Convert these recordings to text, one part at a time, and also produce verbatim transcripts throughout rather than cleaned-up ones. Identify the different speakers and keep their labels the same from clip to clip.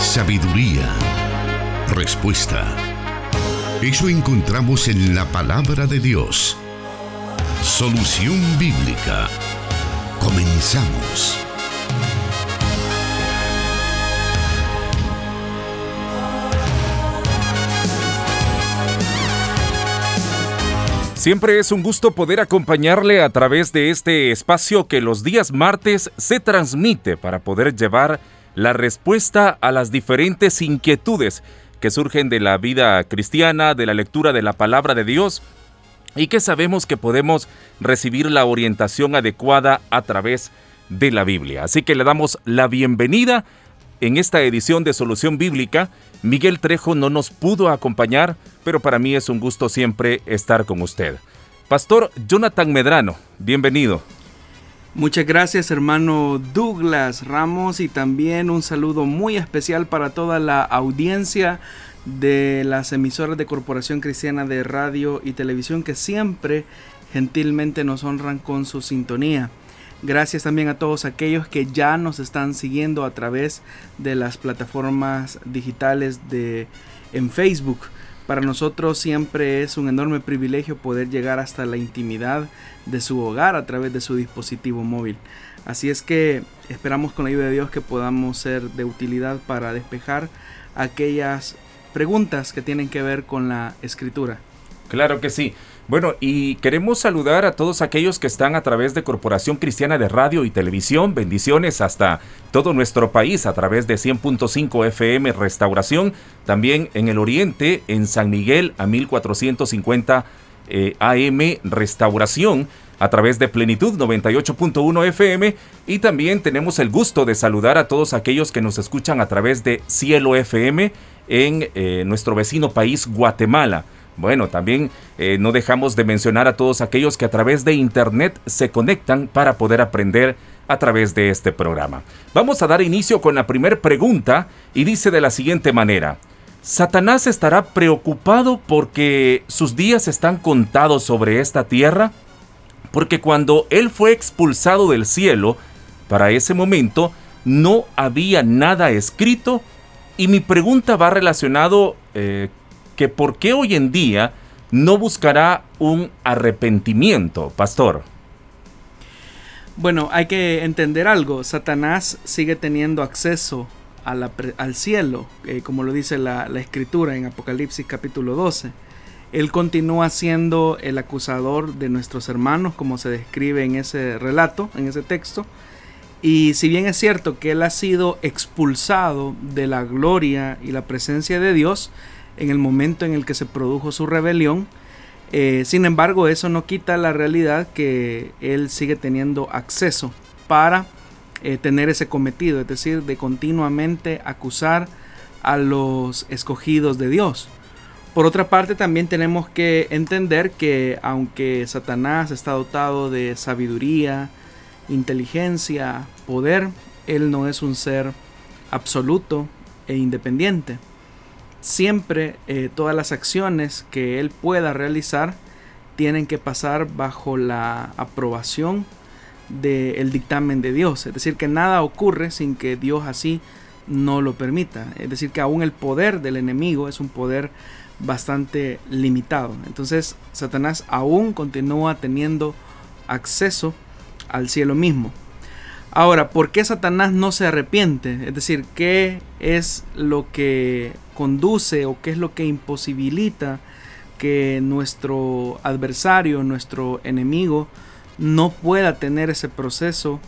Speaker 1: sabiduría, respuesta. Eso encontramos en la palabra de Dios. Solución Bíblica. Comenzamos.
Speaker 2: Siempre es un gusto poder acompañarle a través de este espacio que los días martes se transmite para poder llevar la respuesta a las diferentes inquietudes que surgen de la vida cristiana, de la lectura de la palabra de Dios, y que sabemos que podemos recibir la orientación adecuada a través de la Biblia. Así que le damos la bienvenida en esta edición de Solución Bíblica. Miguel Trejo no nos pudo acompañar, pero para mí es un gusto siempre estar con usted. Pastor Jonathan Medrano, bienvenido.
Speaker 3: Muchas gracias, hermano Douglas Ramos, y también un saludo muy especial para toda la audiencia de las emisoras de Corporación Cristiana de Radio y Televisión que siempre gentilmente nos honran con su sintonía. Gracias también a todos aquellos que ya nos están siguiendo a través de las plataformas digitales de, en Facebook. Para nosotros siempre es un enorme privilegio poder llegar hasta la intimidad de su hogar a través de su dispositivo móvil. Así es que esperamos con la ayuda de Dios que podamos ser de utilidad para despejar aquellas preguntas que tienen que ver con la Escritura.
Speaker 2: Claro que sí. Bueno, y queremos saludar a todos aquellos que están a través de Corporación Cristiana de Radio y Televisión. Bendiciones hasta todo nuestro país a través de cien punto cinco F M Restauración. También en el oriente, en San Miguel a mil cuatrocientos cincuenta eh, A M Restauración, a través de Plenitud noventa y ocho punto uno F M. Y también tenemos el gusto de saludar a todos aquellos que nos escuchan a través de Cielo F M en eh, nuestro vecino país Guatemala. Bueno, también eh, no dejamos de mencionar a todos aquellos que a través de internet se conectan para poder aprender a través de este programa. Vamos a dar inicio con la primera pregunta y dice de la siguiente manera: ¿Satanás estará preocupado porque sus días están contados sobre esta tierra? Porque cuando él fue expulsado del cielo, para ese momento no había nada escrito. Y mi pregunta va relacionado eh, que por qué hoy en día no buscará un arrepentimiento, pastor.
Speaker 3: Bueno, hay que entender algo. Satanás sigue teniendo acceso a la, al cielo, eh, como lo dice la, la Escritura en Apocalipsis capítulo doce. Él continúa siendo el acusador de nuestros hermanos, como se describe en ese relato, en ese texto. Y si bien es cierto que él ha sido expulsado de la gloria y la presencia de Dios en el momento en el que se produjo su rebelión, eh, sin embargo eso no quita la realidad que él sigue teniendo acceso para eh, tener ese cometido, es decir, de continuamente acusar a los escogidos de Dios. Por otra parte, también tenemos que entender que aunque Satanás está dotado de sabiduría, inteligencia, poder, él no es un ser absoluto e independiente. Siempre eh, todas las acciones que él pueda realizar tienen que pasar bajo la aprobación del dictamen de Dios. Es decir, que nada ocurre sin que Dios así no lo permita. Es decir, que aún el poder del enemigo es un poder bastante limitado. Entonces, Satanás aún continúa teniendo acceso al cielo mismo. Ahora, ¿por qué Satanás no se arrepiente? Es decir, ¿qué es lo que conduce o qué es lo que imposibilita que nuestro adversario, nuestro enemigo, no pueda tener ese proceso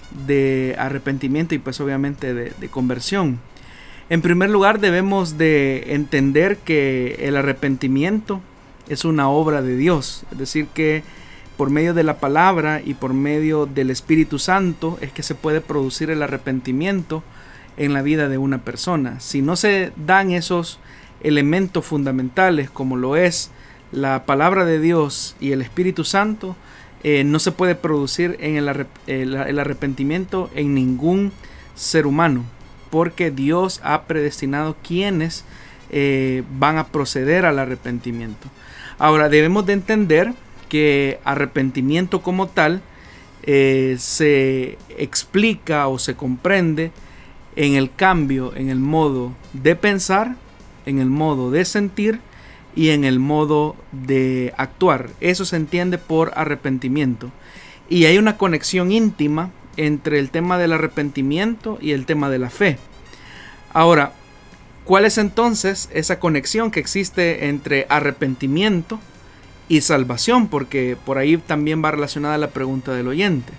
Speaker 3: de arrepentimiento y pues obviamente de, de conversión? En primer lugar, debemos de entender que el arrepentimiento es una obra de Dios. Es decir, que por medio de la palabra y por medio del Espíritu Santo es que se puede producir el arrepentimiento en la vida de una persona. Si no se dan esos elementos fundamentales como lo es la palabra de Dios y el Espíritu Santo, eh, no se puede producir en el, arrep- el, el arrepentimiento en ningún ser humano, porque Dios ha predestinado quienes eh, van a proceder al arrepentimiento. Ahora, debemos de entender que arrepentimiento como tal eh, se explica o se comprende en el cambio, en el modo de pensar, en el modo de sentir y en el modo de actuar. Eso se entiende por arrepentimiento. Y hay una conexión íntima entre el tema del arrepentimiento y el tema de la fe. Ahora, ¿cuál es entonces esa conexión que existe entre arrepentimiento y salvación? Porque por ahí también va relacionada la pregunta del oyente.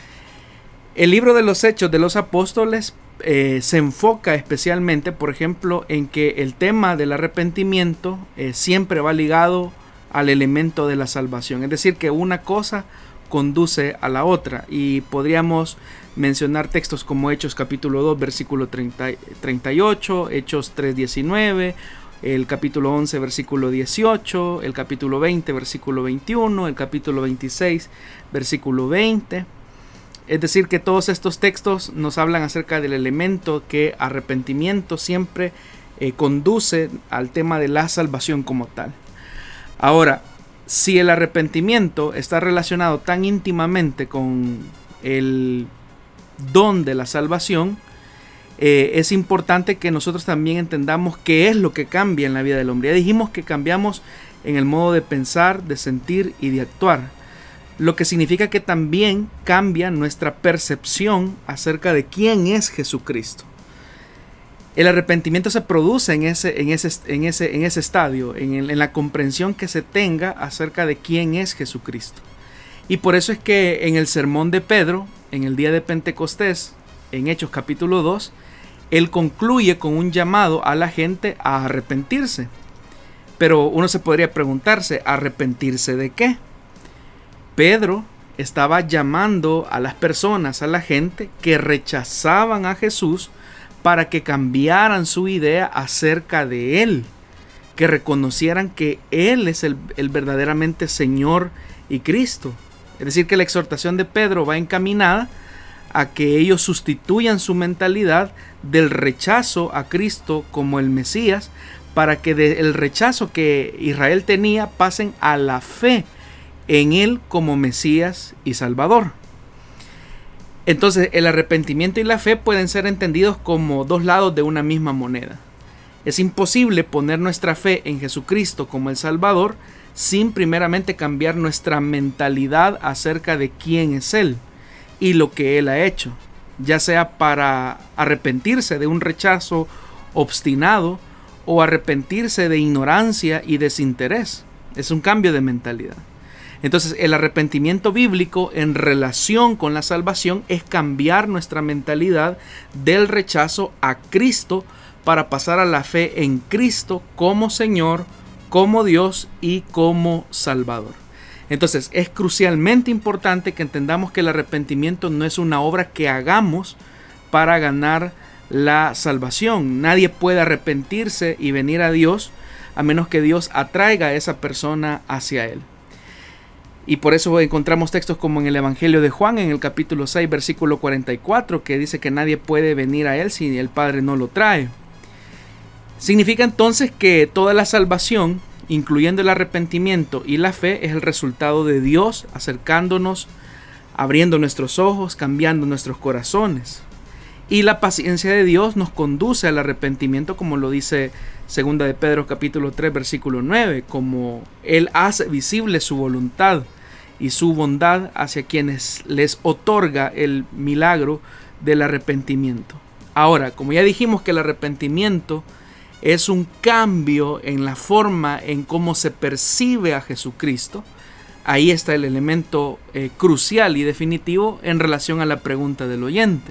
Speaker 3: El libro de los Hechos de los Apóstoles eh, se enfoca especialmente, por ejemplo, en que el tema del arrepentimiento eh, siempre va ligado al elemento de la salvación. Es decir, que una cosa conduce a la otra. Y podríamos mencionar textos como Hechos capítulo dos, versículo treinta, treinta y ocho, Hechos tres, diecinueve, el capítulo once, versículo dieciocho, el capítulo veinte, versículo veintiuno, el capítulo veintiséis, versículo veinte. Es decir, que todos estos textos nos hablan acerca del elemento que arrepentimiento siempre eh, conduce al tema de la salvación como tal. Ahora, si el arrepentimiento está relacionado tan íntimamente con el don de la salvación, eh, es importante que nosotros también entendamos qué es lo que cambia en la vida del hombre. Ya dijimos que cambiamos en el modo de pensar, de sentir y de actuar, lo que significa que también cambia nuestra percepción acerca de quién es Jesucristo. El arrepentimiento se produce en ese, en ese, en ese, en ese estadio, en, el, en la comprensión que se tenga acerca de quién es Jesucristo. Y por eso es que en el sermón de Pedro, en el día de Pentecostés, en Hechos capítulo dos, él concluye con un llamado a la gente a arrepentirse. Pero uno se podría preguntarse, ¿arrepentirse de qué? Pedro estaba llamando a las personas, a la gente que rechazaban a Jesús, para que cambiaran su idea acerca de Él, que reconocieran que Él es el, el verdaderamente Señor y Cristo. Es decir, que la exhortación de Pedro va encaminada a que ellos sustituyan su mentalidad del rechazo a Cristo como el Mesías, para que del rechazo que Israel tenía pasen a la fe en Él como Mesías y Salvador. Entonces, el arrepentimiento y la fe pueden ser entendidos como dos lados de una misma moneda. Es imposible poner nuestra fe en Jesucristo como el Salvador sin primeramente cambiar nuestra mentalidad acerca de quién es Él y lo que Él ha hecho, ya sea para arrepentirse de un rechazo obstinado o arrepentirse de ignorancia y desinterés. Es un cambio de mentalidad. Entonces, el arrepentimiento bíblico en relación con la salvación es cambiar nuestra mentalidad del rechazo a Cristo para pasar a la fe en Cristo como Señor, como Dios y como Salvador. Entonces, es crucialmente importante que entendamos que el arrepentimiento no es una obra que hagamos para ganar la salvación. Nadie puede arrepentirse y venir a Dios a menos que Dios atraiga a esa persona hacia Él. Y por eso encontramos textos como en el Evangelio de Juan, en el capítulo seis, versículo cuarenta y cuatro, que dice que nadie puede venir a Él si el Padre no lo trae. Significa entonces que toda la salvación, incluyendo el arrepentimiento y la fe, es el resultado de Dios acercándonos, abriendo nuestros ojos, cambiando nuestros corazones. Y la paciencia de Dios nos conduce al arrepentimiento, como lo dice segunda de Pedro capítulo tres, versículo nueve, como Él hace visible su voluntad y su bondad hacia quienes les otorga el milagro del arrepentimiento. Ahora, como ya dijimos que el arrepentimiento es un cambio en la forma en cómo se percibe a Jesucristo, ahí está el elemento eh, crucial y definitivo en relación a la pregunta del oyente.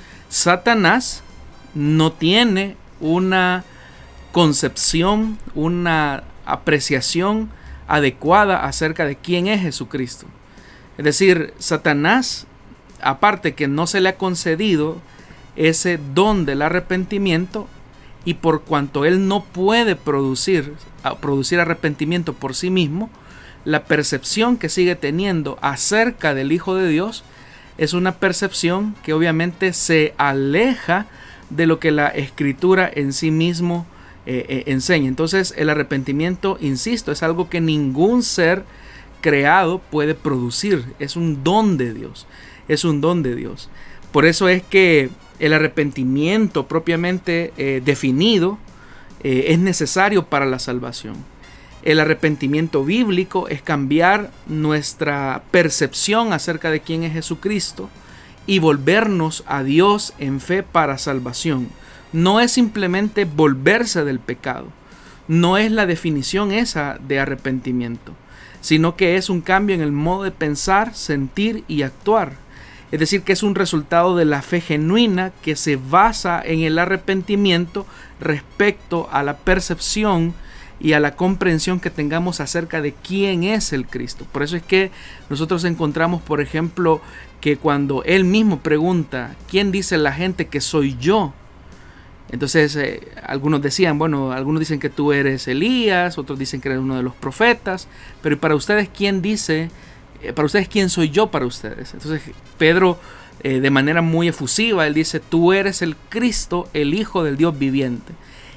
Speaker 3: Satanás no tiene una concepción, una apreciación adecuada acerca de quién es Jesucristo. Es decir, Satanás, aparte que no se le ha concedido ese don del arrepentimiento, y por cuanto él no puede producir, producir arrepentimiento por sí mismo, la percepción que sigue teniendo acerca del Hijo de Dios es una percepción que obviamente se aleja de lo que la Escritura en sí mismo eh, eh, enseña. Entonces, el arrepentimiento, insisto, es algo que ningún ser creado puede producir. Es un don de Dios. Es un don de Dios. Por eso es que el arrepentimiento propiamente eh, definido eh, es necesario para la salvación. El arrepentimiento bíblico es cambiar nuestra percepción acerca de quién es Jesucristo y volvernos a Dios en fe para salvación. No es simplemente volverse del pecado, no es la definición esa de arrepentimiento, sino que es un cambio en el modo de pensar, sentir y actuar. Es decir, que es un resultado de la fe genuina que se basa en el arrepentimiento respecto a la percepción y a la comprensión que tengamos acerca de quién es el Cristo. Por eso es que nosotros encontramos, por ejemplo, que cuando Él mismo pregunta, ¿quién dice la gente que soy yo? Entonces eh, algunos decían, bueno, algunos dicen que tú eres Elías, otros dicen que eres uno de los profetas, pero para ustedes, ¿quién dice? Eh, para ustedes, ¿quién soy yo para ustedes? Entonces Pedro, eh, de manera muy efusiva, él dice, tú eres el Cristo, el Hijo del Dios viviente.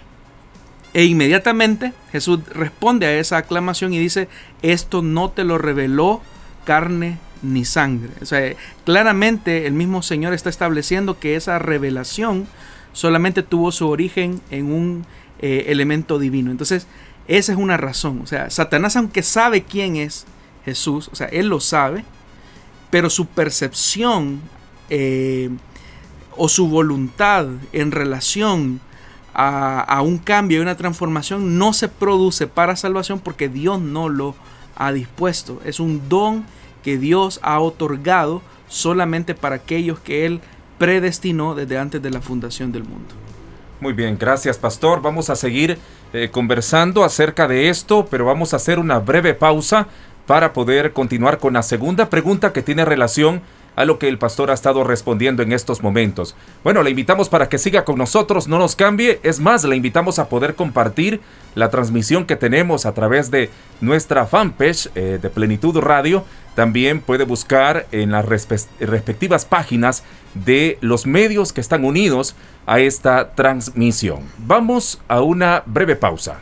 Speaker 3: E inmediatamente Jesús responde a esa aclamación y dice, esto no te lo reveló carne ni sangre. O sea, claramente el mismo Señor está estableciendo que esa revelación solamente tuvo su origen en un eh, elemento divino. Entonces, esa es una razón. O sea, Satanás, aunque sabe quién es Jesús, o sea, él lo sabe, pero su percepción eh, o su voluntad en relación A, a un cambio y una transformación no se produce para salvación porque Dios no lo ha dispuesto. Es un don que Dios ha otorgado solamente para aquellos que Él predestinó desde antes de la fundación del mundo.
Speaker 2: Muy bien, gracias, pastor. Vamos a seguir eh, conversando acerca de esto, pero vamos a hacer una breve pausa para poder continuar con la segunda pregunta que tiene relación a lo que el pastor ha estado respondiendo en estos momentos. Bueno, le invitamos para que siga con nosotros, no nos cambie. Es más, le invitamos a poder compartir la transmisión que tenemos a través de nuestra fanpage eh, de Plenitud Radio. También puede buscar en las respe- respectivas páginas de los medios que están unidos a esta transmisión. Vamos a una breve pausa.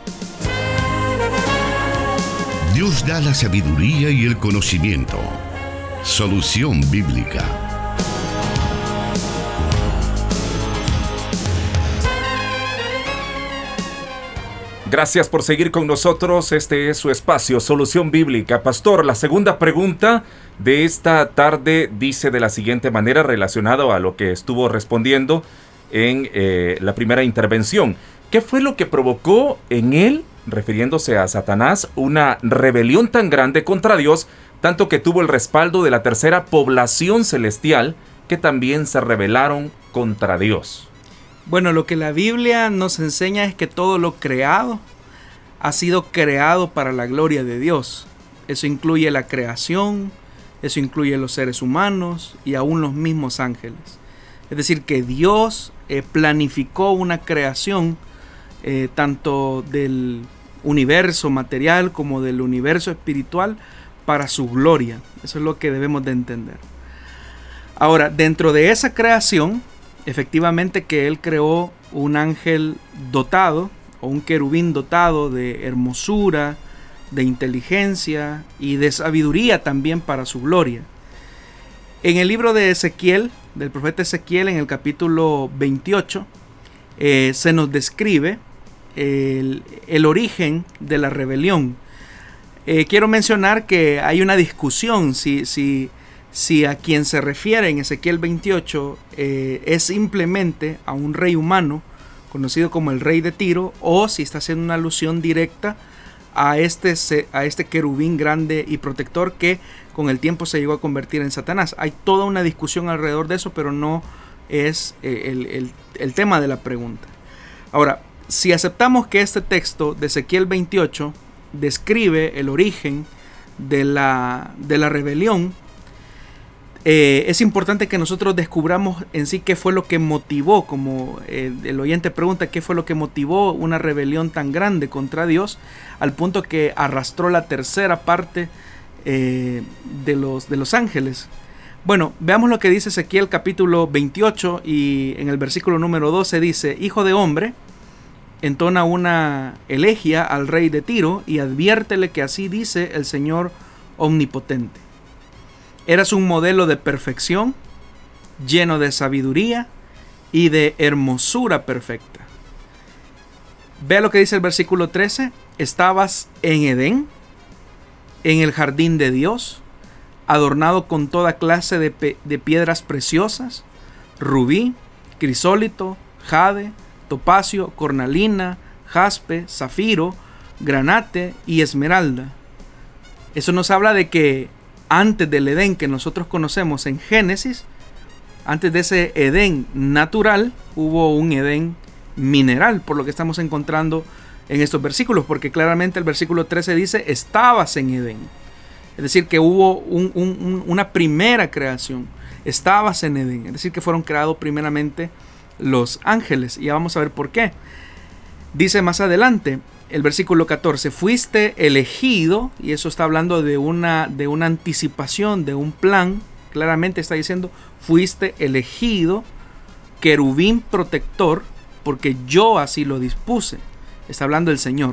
Speaker 1: Dios da la sabiduría y el conocimiento. Solución Bíblica.
Speaker 2: Gracias por seguir con nosotros. Este es su espacio, Solución Bíblica. Pastor, la segunda pregunta de esta tarde dice de la siguiente manera, relacionado a lo que estuvo respondiendo en eh, la primera intervención. ¿Qué fue lo que provocó en él, refiriéndose a Satanás, una rebelión tan grande contra Dios, tanto que tuvo el respaldo de la tercera población celestial, que también se rebelaron contra Dios?
Speaker 3: Bueno, lo que la Biblia nos enseña es que todo lo creado ha sido creado para la gloria de Dios. Eso incluye la creación, eso incluye los seres humanos y aún los mismos ángeles. Es decir, que Dios eh, planificó una creación eh, tanto del universo material como del universo espiritual para su gloria. Eso es lo que debemos de entender. Ahora, dentro de esa creación, efectivamente que Él creó un ángel dotado, o un querubín dotado de hermosura, de inteligencia y de sabiduría también para su gloria. En el libro de Ezequiel, del profeta Ezequiel, en el capítulo veintiocho, eh, se nos describe el, el origen de la rebelión. Eh, quiero mencionar que hay una discusión si, si, si a quien se refiere en Ezequiel veintiocho eh, es simplemente a un rey humano conocido como el rey de Tiro, o si está haciendo una alusión directa a este, a este querubín grande y protector que con el tiempo se llegó a convertir en Satanás. Hay toda una discusión alrededor de eso, pero no es eh, el, el, el tema de la pregunta. Ahora, si aceptamos que este texto de Ezequiel veintiocho describe el origen de la, de la rebelión, eh, es importante que nosotros descubramos en sí qué fue lo que motivó, como eh, el oyente pregunta, qué fue lo que motivó una rebelión tan grande contra Dios, al punto que arrastró la tercera parte eh, de, los, de los ángeles. Bueno, veamos lo que dice Ezequiel capítulo veintiocho, y en el versículo número doce dice: Hijo de hombre, entona una elegía al rey de Tiro y adviértele que así dice el Señor omnipotente. Eras un modelo de perfección, lleno de sabiduría y de hermosura perfecta. Vea lo que dice el versículo trece. Estabas en Edén, en el jardín de Dios, adornado con toda clase de, pe- de piedras preciosas, rubí, crisólito, jade, topacio, cornalina, jaspe, zafiro, granate y esmeralda. Eso nos habla de que antes del Edén que nosotros conocemos en Génesis, antes de ese Edén natural, hubo un Edén mineral, por lo que estamos encontrando en estos versículos, porque claramente el versículo trece dice, estabas en Edén. Es decir, que hubo un, un, una primera creación. Estabas en Edén. Es decir, que fueron creados primeramente los ángeles. Y ya vamos a ver por qué. Dice más adelante, el versículo catorce, fuiste elegido, y eso está hablando de una, de una anticipación, de un plan. Claramente está diciendo, fuiste elegido, querubín protector, porque yo así lo dispuse. Está hablando el Señor.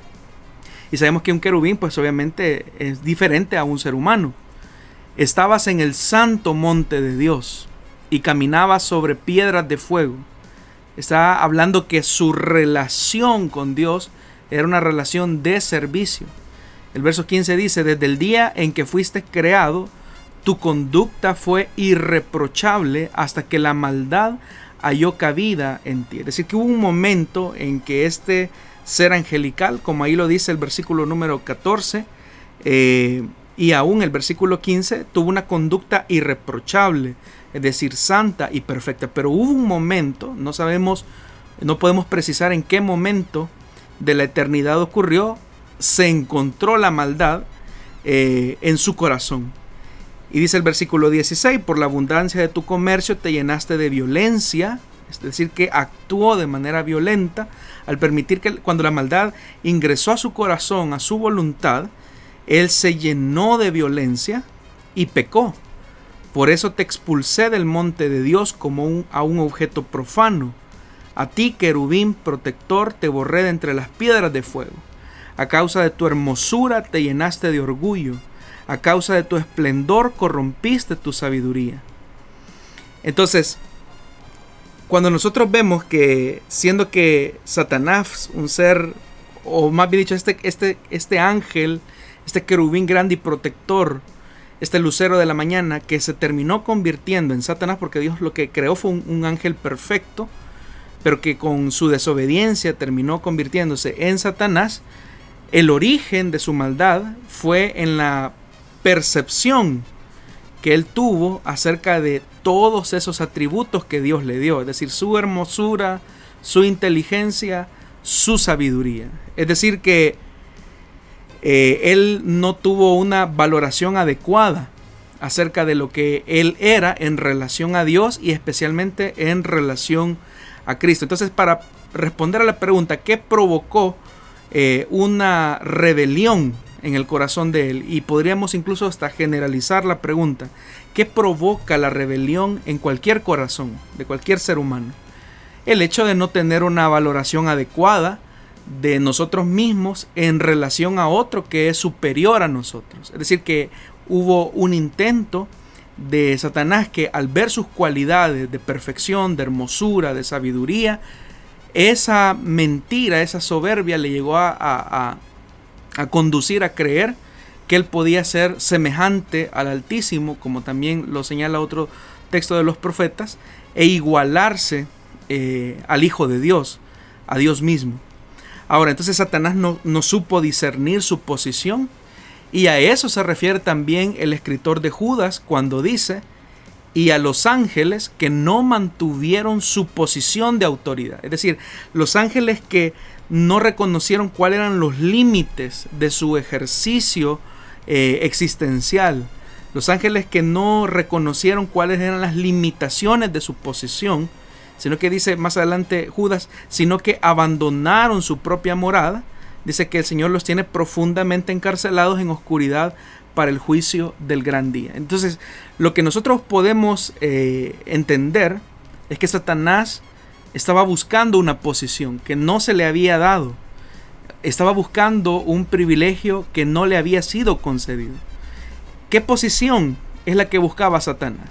Speaker 3: Y sabemos que un querubín, pues obviamente es diferente a un ser humano. Estabas en el santo monte de Dios y caminabas sobre piedras de fuego. Está hablando que su relación con Dios era una relación de servicio. El verso quince dice, desde el día en que fuiste creado, tu conducta fue irreprochable hasta que la maldad halló cabida en ti. Es decir, que hubo un momento en que este ser angelical, como ahí lo dice el versículo número catorce, eh, y aún el versículo quince, tuvo una conducta irreprochable, es decir, santa y perfecta. Pero hubo un momento, no sabemos, no podemos precisar en qué momento de la eternidad ocurrió, se encontró la maldad eh, en su corazón. Y dice el versículo dieciséis, por la abundancia de tu comercio te llenaste de violencia, es decir, que actuó de manera violenta al permitir que cuando la maldad ingresó a su corazón, a su voluntad, él se llenó de violencia y pecó. Por eso te expulsé del monte de Dios como un, a un objeto profano. A ti, querubín protector, te borré de entre las piedras de fuego. A causa de tu hermosura te llenaste de orgullo. A causa de tu esplendor corrompiste tu sabiduría. Entonces, cuando nosotros vemos que, siendo que Satanás, un ser, o más bien dicho, este, este, este ángel, este querubín grande y protector, este lucero de la mañana, que se terminó convirtiendo en Satanás, porque Dios lo que creó fue un, un ángel perfecto, pero que con su desobediencia terminó convirtiéndose en Satanás, el origen de su maldad fue en la percepción que él tuvo acerca de todos esos atributos que Dios le dio, es decir, su hermosura, su inteligencia, su sabiduría. Es decir, que eh, él no tuvo una valoración adecuada acerca de lo que él era en relación a Dios y especialmente en relación a Cristo. Entonces, para responder a la pregunta, ¿qué provocó eh, una rebelión en el corazón de él? Y podríamos incluso hasta generalizar la pregunta, ¿qué provoca la rebelión en cualquier corazón de cualquier ser humano? El hecho de no tener una valoración adecuada de nosotros mismos en relación a otro que es superior a nosotros. Es decir, que hubo un intento de Satanás que al ver sus cualidades de perfección, de hermosura, de sabiduría, esa mentira, esa soberbia le llegó a, a, a a conducir a creer que él podía ser semejante al Altísimo, como también lo señala otro texto de los profetas, e igualarse eh, al Hijo de Dios, a Dios mismo. Ahora, entonces Satanás no, no supo discernir su posición, y a eso se refiere también el escritor de Judas cuando dice, y a los ángeles que no mantuvieron su posición de autoridad. Es decir, los ángeles que no reconocieron cuáles eran los límites de su ejercicio eh, existencial. Los ángeles que no reconocieron cuáles eran las limitaciones de su posición, sino que dice más adelante Judas, sino que abandonaron su propia morada. Dice que el Señor los tiene profundamente encarcelados en oscuridad para el juicio del gran día. Entonces, lo que nosotros podemos eh, entender es que Satanás estaba buscando una posición que no se le había dado. Estaba buscando un privilegio que no le había sido concedido. ¿Qué posición es la que buscaba Satanás?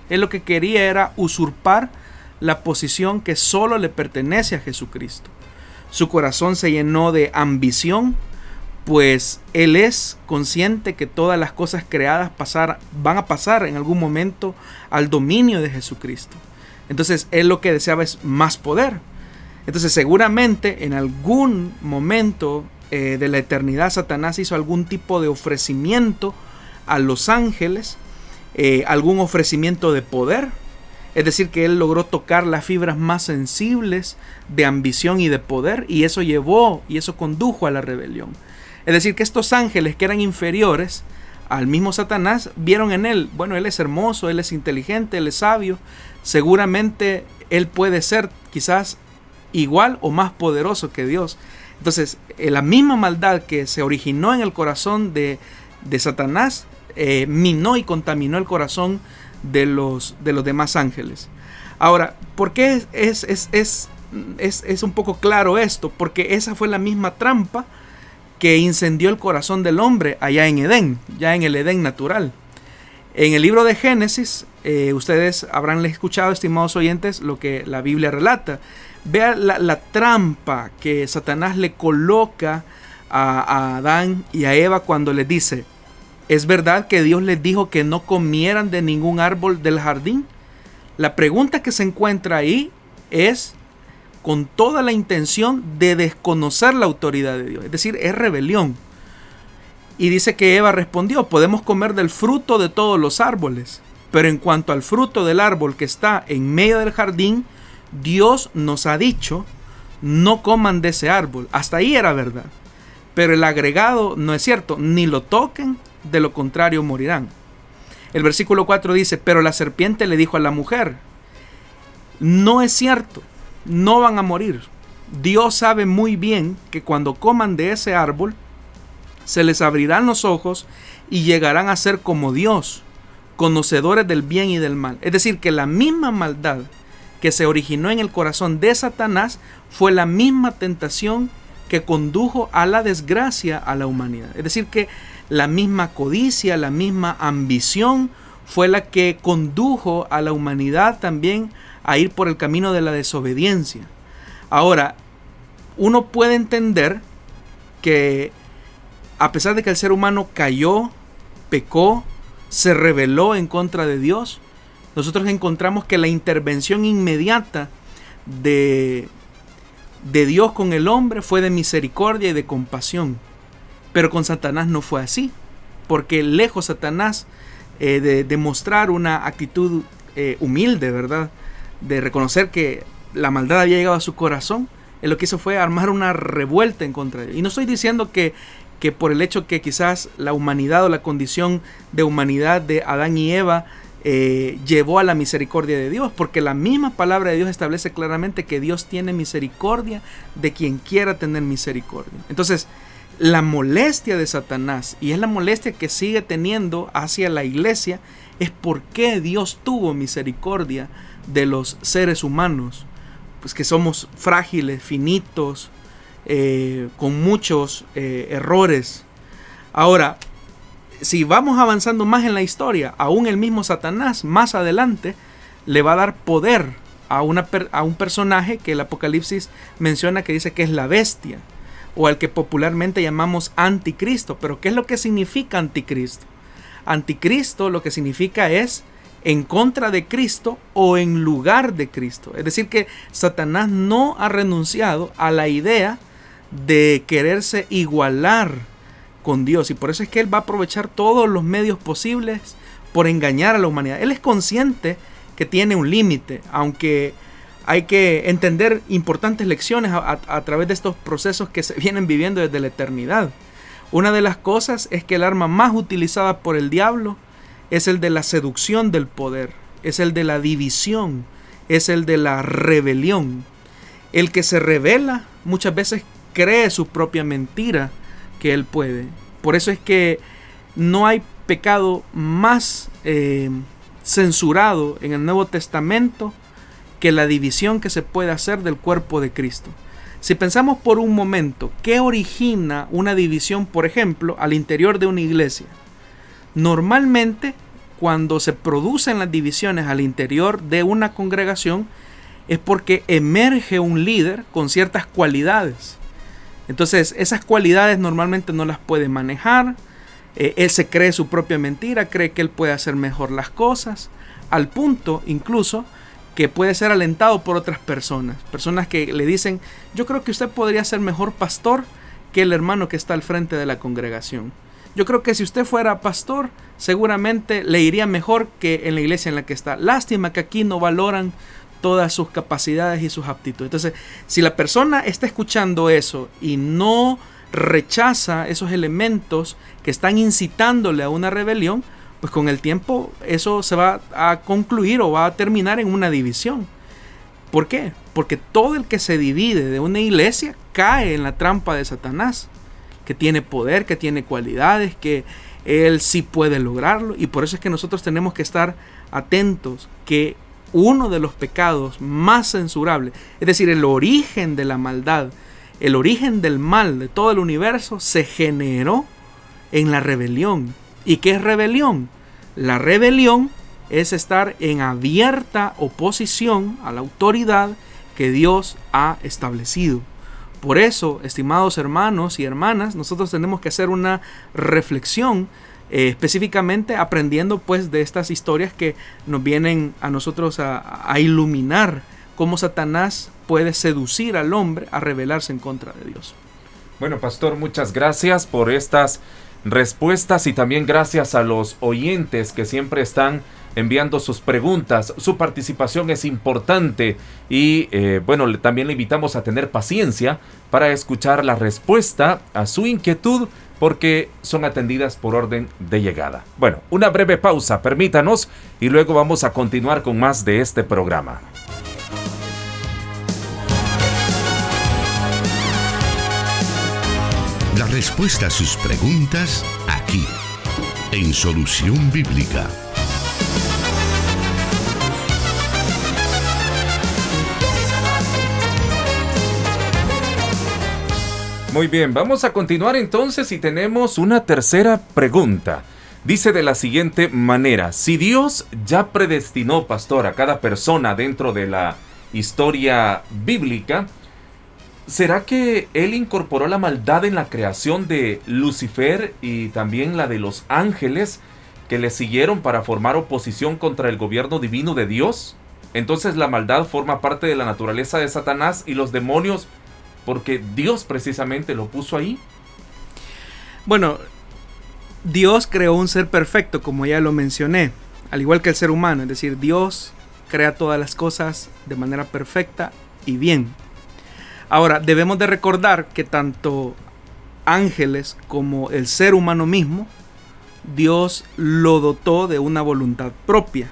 Speaker 3: Él lo que quería era usurpar la posición que solo le pertenece a Jesucristo. Su corazón se llenó de ambición, pues él es consciente que todas las cosas creadas pasar, van a pasar en algún momento al dominio de Jesucristo. Entonces él lo que deseaba es más poder. Entonces seguramente en algún momento eh, de la eternidad Satanás hizo algún tipo de ofrecimiento a los ángeles, eh, algún ofrecimiento de poder. Es decir, que él logró tocar las fibras más sensibles de ambición y de poder, y eso llevó y eso condujo a la rebelión. Es decir, que estos ángeles que eran inferiores al mismo Satanás vieron en él, bueno, él es hermoso, él es inteligente, él es sabio, seguramente él puede ser quizás igual o más poderoso que Dios. Entonces, la misma maldad que se originó en el corazón de, de Satanás eh, minó y contaminó el corazón de los, de los demás ángeles. Ahora, ¿por qué es, es, es, es, es, es un poco claro esto? Porque esa fue la misma trampa que incendió el corazón del hombre allá en Edén, ya en el Edén natural. En el libro de Génesis, eh, ustedes habrán escuchado, estimados oyentes, lo que la Biblia relata. Vean la, la trampa que Satanás le coloca a, a Adán y a Eva cuando les dice: ¿es verdad que Dios les dijo que no comieran de ningún árbol del jardín? La pregunta que se encuentra ahí es con toda la intención de desconocer la autoridad de Dios. Es decir, es rebelión. Y dice que Eva respondió: podemos comer del fruto de todos los árboles, pero en cuanto al fruto del árbol que está en medio del jardín, Dios nos ha dicho, no coman de ese árbol. Hasta ahí era verdad. Pero el agregado no es cierto: ni lo toquen, de lo contrario morirán. El versículo cuatro dice: pero la serpiente le dijo a la mujer: no es cierto, no van a morir. Dios sabe muy bien que cuando coman de ese árbol, se les abrirán los ojos y llegarán a ser como Dios, conocedores del bien y del mal. Es decir, que la misma maldad que se originó en el corazón de Satanás fue la misma tentación que condujo a la desgracia a la humanidad. Es decir, que la misma codicia, la misma ambición fue la que condujo a la humanidad también a ir por el camino de la desobediencia. Ahora, uno puede entender que a pesar de que el ser humano cayó, pecó, se rebeló en contra de Dios, nosotros encontramos que la intervención inmediata de, de Dios con el hombre fue de misericordia y de compasión. Pero con Satanás no fue así, porque lejos Satanás eh, de, de mostrar una actitud eh, humilde, ¿verdad?, de reconocer que la maldad había llegado a su corazón, él lo que hizo fue armar una revuelta en contra de él. Y no estoy diciendo que, que por el hecho que quizás la humanidad o la condición de humanidad de Adán y Eva eh, llevó a la misericordia de Dios, porque la misma palabra de Dios establece claramente que Dios tiene misericordia de quien quiera tener misericordia. Entonces, la molestia de Satanás, y es la molestia que sigue teniendo hacia la iglesia, es por qué Dios tuvo misericordia de los seres humanos, pues que somos frágiles, finitos, eh, con muchos eh, errores. Ahora, si vamos avanzando más en la historia, aún el mismo Satanás más adelante le va a dar poder a, una per- a un personaje que el Apocalipsis menciona, que dice que es la bestia, o al que popularmente llamamos anticristo. Pero ¿qué es lo que significa anticristo? Anticristo lo que significa es en contra de Cristo o en lugar de Cristo. Es decir, que Satanás no ha renunciado a la idea de quererse igualar con Dios, y por eso es que él va a aprovechar todos los medios posibles por engañar a la humanidad. Él es consciente que tiene un límite, aunque hay que entender importantes lecciones a, a, a través de estos procesos que se vienen viviendo desde la eternidad. Una de las cosas es que el arma más utilizada por el diablo es el de la seducción del poder, es el de la división, es el de la rebelión. El que se rebela muchas veces cree su propia mentira que él puede. Por eso es que no hay pecado más eh, censurado en el Nuevo Testamento que la división que se puede hacer del cuerpo de Cristo. Si pensamos por un momento, ¿qué origina una división, por ejemplo, al interior de una iglesia? Normalmente cuando se producen las divisiones al interior de una congregación es porque emerge un líder con ciertas cualidades. Entonces esas cualidades normalmente no las puede manejar. Eh, él se cree su propia mentira, cree que él puede hacer mejor las cosas, al punto incluso que puede ser alentado por otras personas. Personas que le dicen, yo creo que usted podría ser mejor pastor que el hermano que está al frente de la congregación. Yo creo que si usted fuera pastor, seguramente le iría mejor que en la iglesia en la que está. Lástima que aquí no valoran todas sus capacidades y sus aptitudes. Entonces, si la persona está escuchando eso y no rechaza esos elementos que están incitándole a una rebelión, pues con el tiempo eso se va a concluir o va a terminar en una división. ¿Por qué? Porque todo el que se divide de una iglesia cae en la trampa de Satanás, que tiene poder, que tiene cualidades, que él sí puede lograrlo. Y por eso es que nosotros tenemos que estar atentos que uno de los pecados más censurables, es decir, el origen de la maldad, el origen del mal de todo el universo, se generó en la rebelión. ¿Y qué es rebelión? La rebelión es estar en abierta oposición a la autoridad que Dios ha establecido. Por eso, estimados hermanos y hermanas, nosotros tenemos que hacer una reflexión eh, específicamente aprendiendo pues de estas historias que nos vienen a nosotros a, a iluminar cómo Satanás puede seducir al hombre a rebelarse en contra de Dios.
Speaker 2: Bueno, pastor, muchas gracias por estas respuestas y también gracias a los oyentes que siempre están enviando sus preguntas. Su participación es importante y eh, bueno, le, también le invitamos a tener paciencia para escuchar la respuesta a su inquietud, porque son atendidas por orden de llegada. Bueno, una breve pausa, permítanos, y luego vamos a continuar con más de este programa.
Speaker 1: La respuesta a sus preguntas aquí, en Solución Bíblica.
Speaker 2: Muy bien, vamos a continuar entonces y tenemos una tercera pregunta. Dice de la siguiente manera: si Dios ya predestinó, pastor, a cada persona dentro de la historia bíblica, ¿será que Él incorporó la maldad en la creación de Lucifer y también la de los ángeles que le siguieron para formar oposición contra el gobierno divino de Dios? Entonces la maldad forma parte de la naturaleza de Satanás y los demonios porque Dios precisamente lo puso ahí.
Speaker 3: Bueno, Dios creó un ser perfecto, como ya lo mencioné, al igual que el ser humano. Es decir, Dios crea todas las cosas de manera perfecta y bien. Ahora, debemos de recordar que tanto ángeles como el ser humano mismo, Dios lo dotó de una voluntad propia.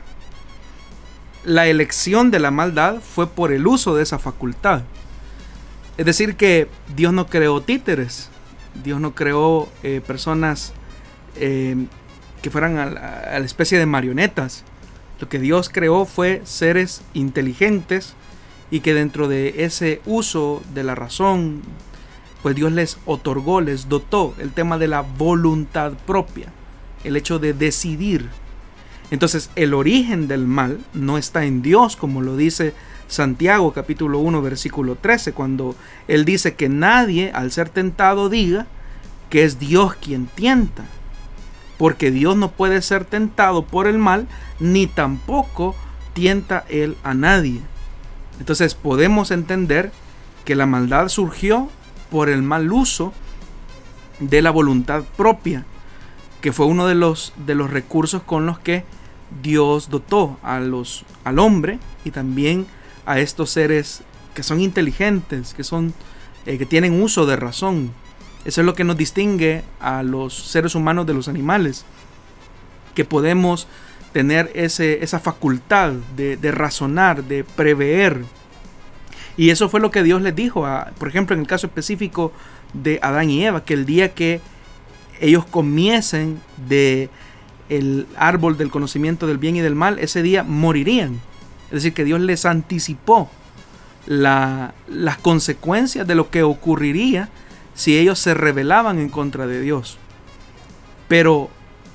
Speaker 3: La elección de la maldad fue por el uso de esa facultad. Es decir, que Dios no creó títeres, Dios no creó eh, personas eh, que fueran a la, a la especie de marionetas. Lo que Dios creó fue seres inteligentes y que dentro de ese uso de la razón, pues Dios les otorgó, les dotó el tema de la voluntad propia, el hecho de decidir. Entonces el origen del mal no está en Dios, como lo dice Santiago capítulo uno versículo trece, cuando él dice que nadie al ser tentado diga que es Dios quien tienta, porque Dios no puede ser tentado por el mal, ni tampoco tienta él a nadie. Entonces podemos entender que la maldad surgió por el mal uso de la voluntad propia, que fue uno de los, de los recursos con los que Dios dotó a los, al hombre y también a estos seres que son inteligentes, que, son, eh, que tienen uso de razón. Eso es lo que nos distingue a los seres humanos de los animales, que podemos tener ese, esa facultad de, de razonar, de prever. Y eso fue lo que Dios les dijo, a, por ejemplo, en el caso específico de Adán y Eva, que el día que ellos comiesen de el árbol del conocimiento del bien y del mal, ese día morirían. Es decir, que Dios les anticipó la, las consecuencias de lo que ocurriría si ellos se rebelaban en contra de Dios. Pero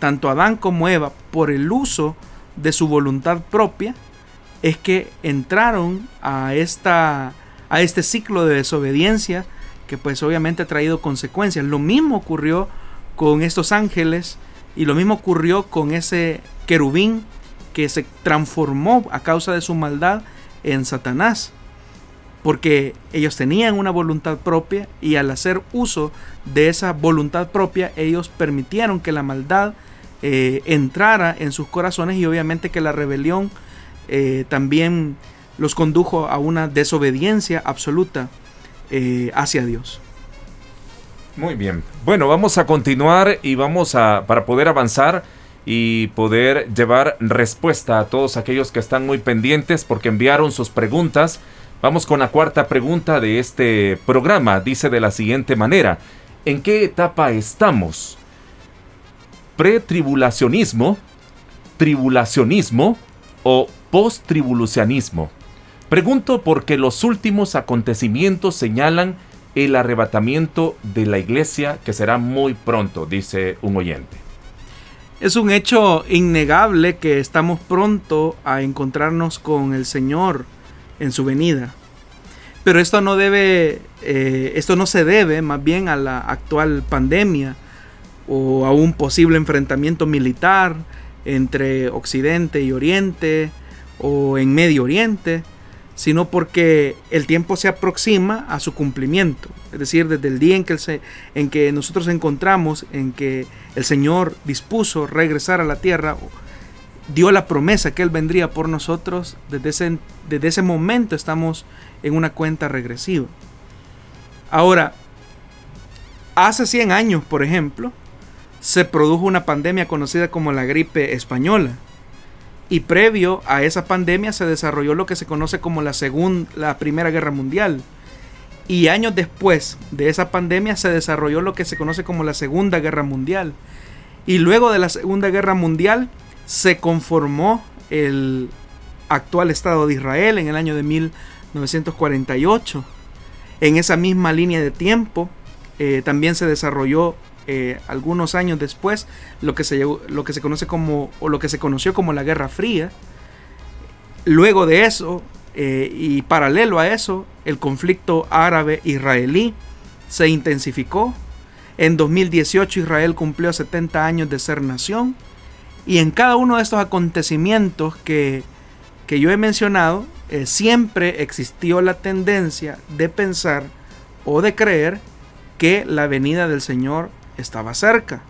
Speaker 3: tanto Adán como Eva, por el uso de su voluntad propia, es que entraron a, esta, a este ciclo de desobediencia que pues obviamente ha traído consecuencias. Lo mismo ocurrió con estos ángeles y lo mismo ocurrió con ese querubín que se transformó a causa de su maldad en Satanás, porque ellos tenían una voluntad propia y al hacer uso de esa voluntad propia ellos permitieron que la maldad eh, entrara en sus corazones, y obviamente que la rebelión eh, también los condujo a una desobediencia absoluta eh, hacia Dios.
Speaker 2: Muy bien. Bueno, vamos a continuar y vamos a, para poder avanzar y poder llevar respuesta a todos aquellos que están muy pendientes porque enviaron sus preguntas. Vamos con la cuarta pregunta de este programa. Dice de la siguiente manera: ¿en qué etapa estamos? ¿Pretribulacionismo, tribulacionismo o post-tribulacionismo? Pregunto porque los últimos acontecimientos señalan el arrebatamiento de la iglesia, que será muy pronto, dice un oyente.
Speaker 3: Es un hecho innegable que estamos pronto a encontrarnos con el Señor en su venida. Pero esto no debe, eh, esto no se debe más bien a la actual pandemia o a un posible enfrentamiento militar entre Occidente y Oriente o en Medio Oriente, sino porque el tiempo se aproxima a su cumplimiento. Es decir, desde el día en que, el se, en que nosotros encontramos, en que el Señor dispuso regresar a la tierra, dio la promesa que Él vendría por nosotros, desde ese, desde ese momento estamos en una cuenta regresiva. Ahora, hace cien años, por ejemplo, se produjo una pandemia conocida como la gripe española. Y previo a esa pandemia se desarrolló lo que se conoce como la, segunda, la Primera Guerra Mundial. Y años después de esa pandemia se desarrolló lo que se conoce como la Segunda Guerra Mundial. Y luego de la Segunda Guerra Mundial se conformó el actual Estado de Israel en el año de mil novecientos cuarenta y ocho. En esa misma línea de tiempo eh, también se desarrolló Eh, algunos años después lo que se lo que se conoce como o lo que se conoció como la Guerra Fría. Luego de eso eh, y paralelo a eso, el conflicto árabe-israelí se intensificó. En dos mil dieciocho Israel cumplió setenta años de ser nación, y en cada uno de estos acontecimientos que, que yo he mencionado eh, siempre existió la tendencia de pensar o de creer que la venida del Señor estaba cerca,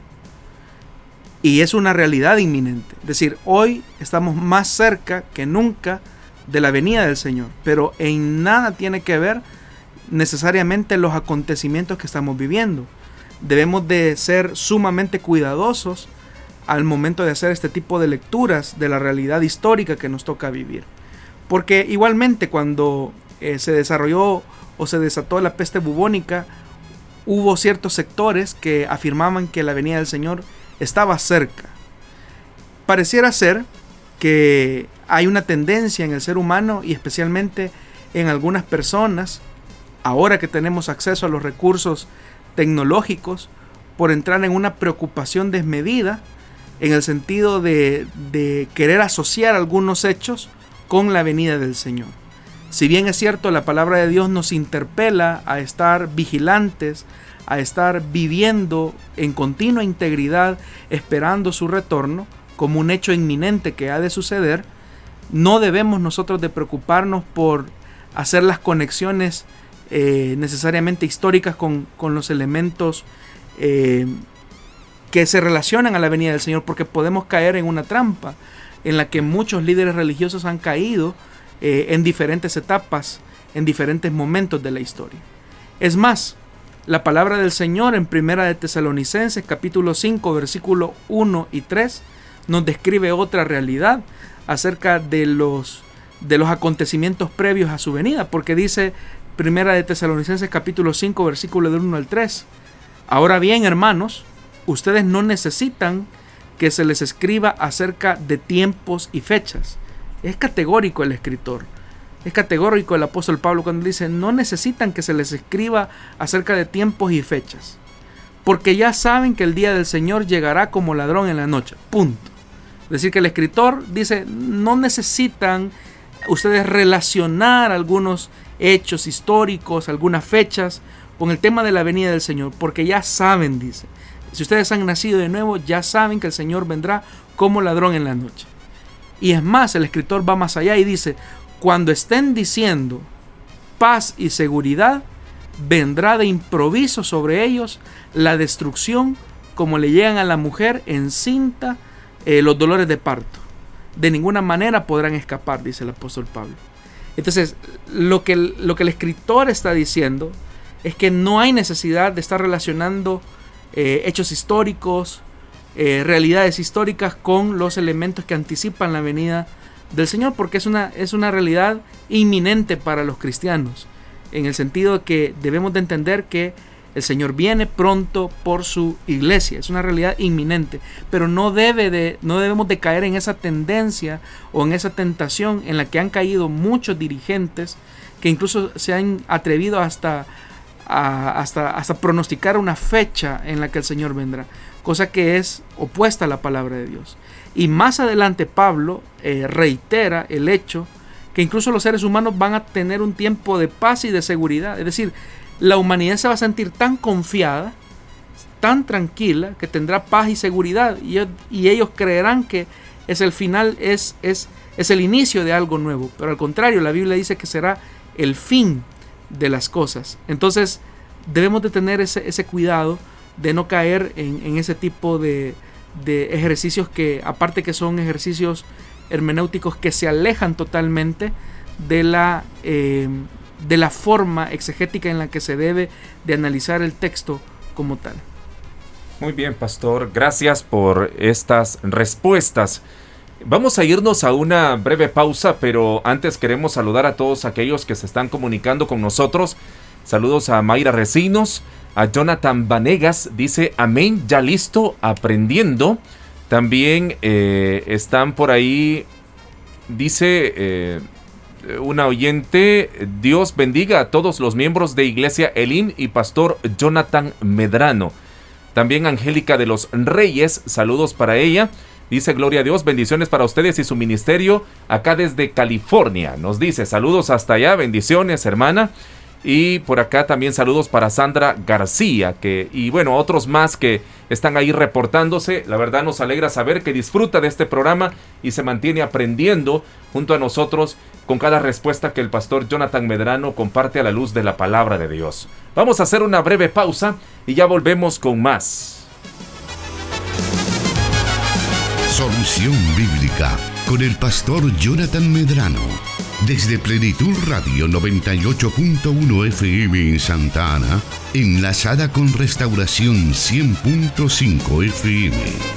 Speaker 3: y es una realidad inminente. Es decir, hoy estamos más cerca que nunca de la venida del Señor, pero en nada tiene que ver necesariamente los acontecimientos que estamos viviendo. Debemos de ser sumamente cuidadosos al momento de hacer este tipo de lecturas de la realidad histórica que nos toca vivir, porque igualmente cuando eh, se desarrolló o se desató la peste bubónica, hubo ciertos sectores que afirmaban que la venida del Señor estaba cerca. Pareciera ser que hay una tendencia en el ser humano, y especialmente en algunas personas, ahora que tenemos acceso a los recursos tecnológicos, por entrar en una preocupación desmedida en el sentido de, de querer asociar algunos hechos con la venida del Señor. Si bien es cierto, la palabra de Dios nos interpela a estar vigilantes, a estar viviendo en continua integridad, esperando su retorno como un hecho inminente que ha de suceder, no debemos nosotros de preocuparnos por hacer las conexiones eh, necesariamente históricas con, con los elementos eh, que se relacionan a la venida del Señor, porque podemos caer en una trampa en la que muchos líderes religiosos han caído Eh, en diferentes etapas, en diferentes momentos de la historia. Es más, la palabra del Señor en Primera de Tesalonicenses capítulo cinco versículo uno y tres nos describe otra realidad acerca de los, de los acontecimientos previos a su venida, porque dice Primera de Tesalonicenses capítulo cinco versículo del uno al tres: ahora bien, hermanos, ustedes no necesitan que se les escriba acerca de tiempos y fechas. Es categórico el escritor, es categórico el apóstol Pablo cuando dice: no necesitan que se les escriba acerca de tiempos y fechas, porque ya saben que el día del Señor llegará como ladrón en la noche. Punto. Es decir, que el escritor dice, no necesitan ustedes relacionar algunos hechos históricos, algunas fechas, con el tema de la venida del Señor, porque ya saben, dice, si ustedes han nacido de nuevo, ya saben que el Señor vendrá como ladrón en la noche. Y es más, el escritor va más allá y dice, cuando estén diciendo paz y seguridad, vendrá de improviso sobre ellos la destrucción, como le llegan a la mujer encinta eh, los dolores de parto. De ninguna manera podrán escapar, dice el apóstol Pablo. Entonces, lo que, lo que el escritor está diciendo es que no hay necesidad de estar relacionando eh, hechos históricos, eh, realidades históricas con los elementos que anticipan la venida del Señor, porque es una, es una realidad inminente para los cristianos, en el sentido de que debemos de entender que el Señor viene pronto por su iglesia. Es una realidad inminente, pero no, debe de, no debemos de caer en esa tendencia o en esa tentación en la que han caído muchos dirigentes que incluso se han atrevido hasta, a, hasta, hasta pronosticar una fecha en la que el Señor vendrá, cosa que es opuesta a la palabra de Dios. Y más adelante Pablo eh, reitera el hecho que incluso los seres humanos van a tener un tiempo de paz y de seguridad. Es decir, la humanidad se va a sentir tan confiada, tan tranquila, que tendrá paz y seguridad. Y, y ellos creerán que es el final, es, es, es el inicio de algo nuevo. Pero al contrario, la Biblia dice que será el fin de las cosas. Entonces debemos de tener ese, ese cuidado de no caer en, en ese tipo de, de ejercicios que, aparte que son ejercicios hermenéuticos que se alejan totalmente de la... Eh, de la forma exegética en la que se debe de analizar el texto como tal.
Speaker 2: Muy bien, pastor, gracias por estas respuestas. Vamos a irnos a una breve pausa, pero antes queremos saludar a todos aquellos que se están comunicando con nosotros. Saludos a Mayra Recinos, a Jonathan Vanegas, dice amén, ya listo, aprendiendo. También eh, están por ahí, dice... Eh, una oyente, Dios bendiga a todos los miembros de Iglesia Elim y Pastor Jonathan Medrano. También Angélica de los Reyes, saludos para ella. Dice, gloria a Dios, bendiciones para ustedes y su ministerio acá desde California. Nos dice, saludos hasta allá, bendiciones, hermana. Y por acá también saludos para Sandra García, que, y bueno, otros más que están ahí reportándose. La verdad nos alegra saber que disfruta de este programa y se mantiene aprendiendo junto a nosotros con cada respuesta que el pastor Jonathan Medrano comparte a la luz de la palabra de Dios. Vamos a hacer una breve pausa y ya volvemos con más.
Speaker 1: Solución Bíblica con el pastor Jonathan Medrano. Desde Plenitud Radio noventa y ocho punto uno F M en Santa Ana, enlazada con Restauración cien punto cinco F M.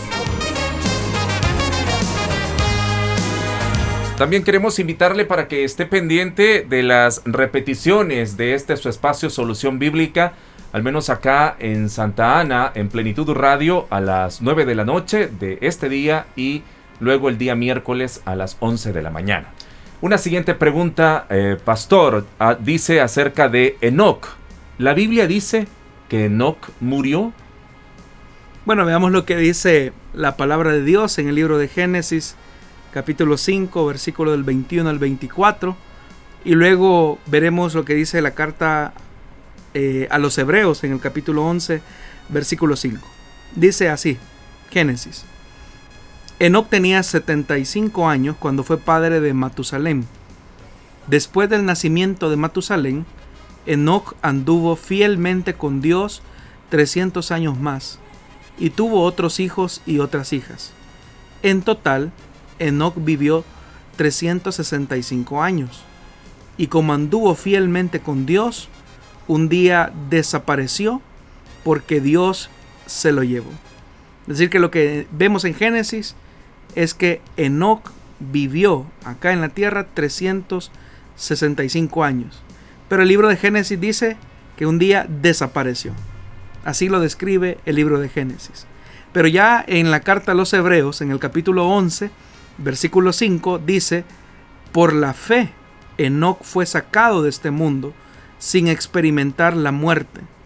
Speaker 2: También queremos invitarle para que esté pendiente de las repeticiones de este su espacio Solución Bíblica, al menos acá en Santa Ana, en Plenitud Radio, a las nueve de la noche de este día y luego el día miércoles a las once de la mañana. Una siguiente pregunta, eh, pastor, ah, dice acerca de Enoc. ¿La Biblia dice que Enoc murió?
Speaker 3: Bueno, veamos lo que dice la palabra de Dios en el libro de Génesis, capítulo cinco, versículo del veintiuno al veinticuatro. Y luego veremos lo que dice la carta eh, a los Hebreos en el capítulo once, versículo cinco. Dice así, Génesis. Enoc tenía setenta y cinco años cuando fue padre de Matusalén. Después del nacimiento de Matusalén, Enoc anduvo fielmente con Dios trescientos años más, y tuvo otros hijos y otras hijas. En total, Enoc vivió trescientos sesenta y cinco años, y como anduvo fielmente con Dios, un día desapareció porque Dios se lo llevó. Es decir, que lo que vemos en Génesis es que Enoc vivió acá en la tierra trescientos sesenta y cinco años. Pero el libro de Génesis dice que un día desapareció. Así lo describe el libro de Génesis. Pero ya en la carta a los Hebreos, en el capítulo once, versículo cinco, dice: por la fe, Enoc fue sacado de este mundo sin experimentar la muerte.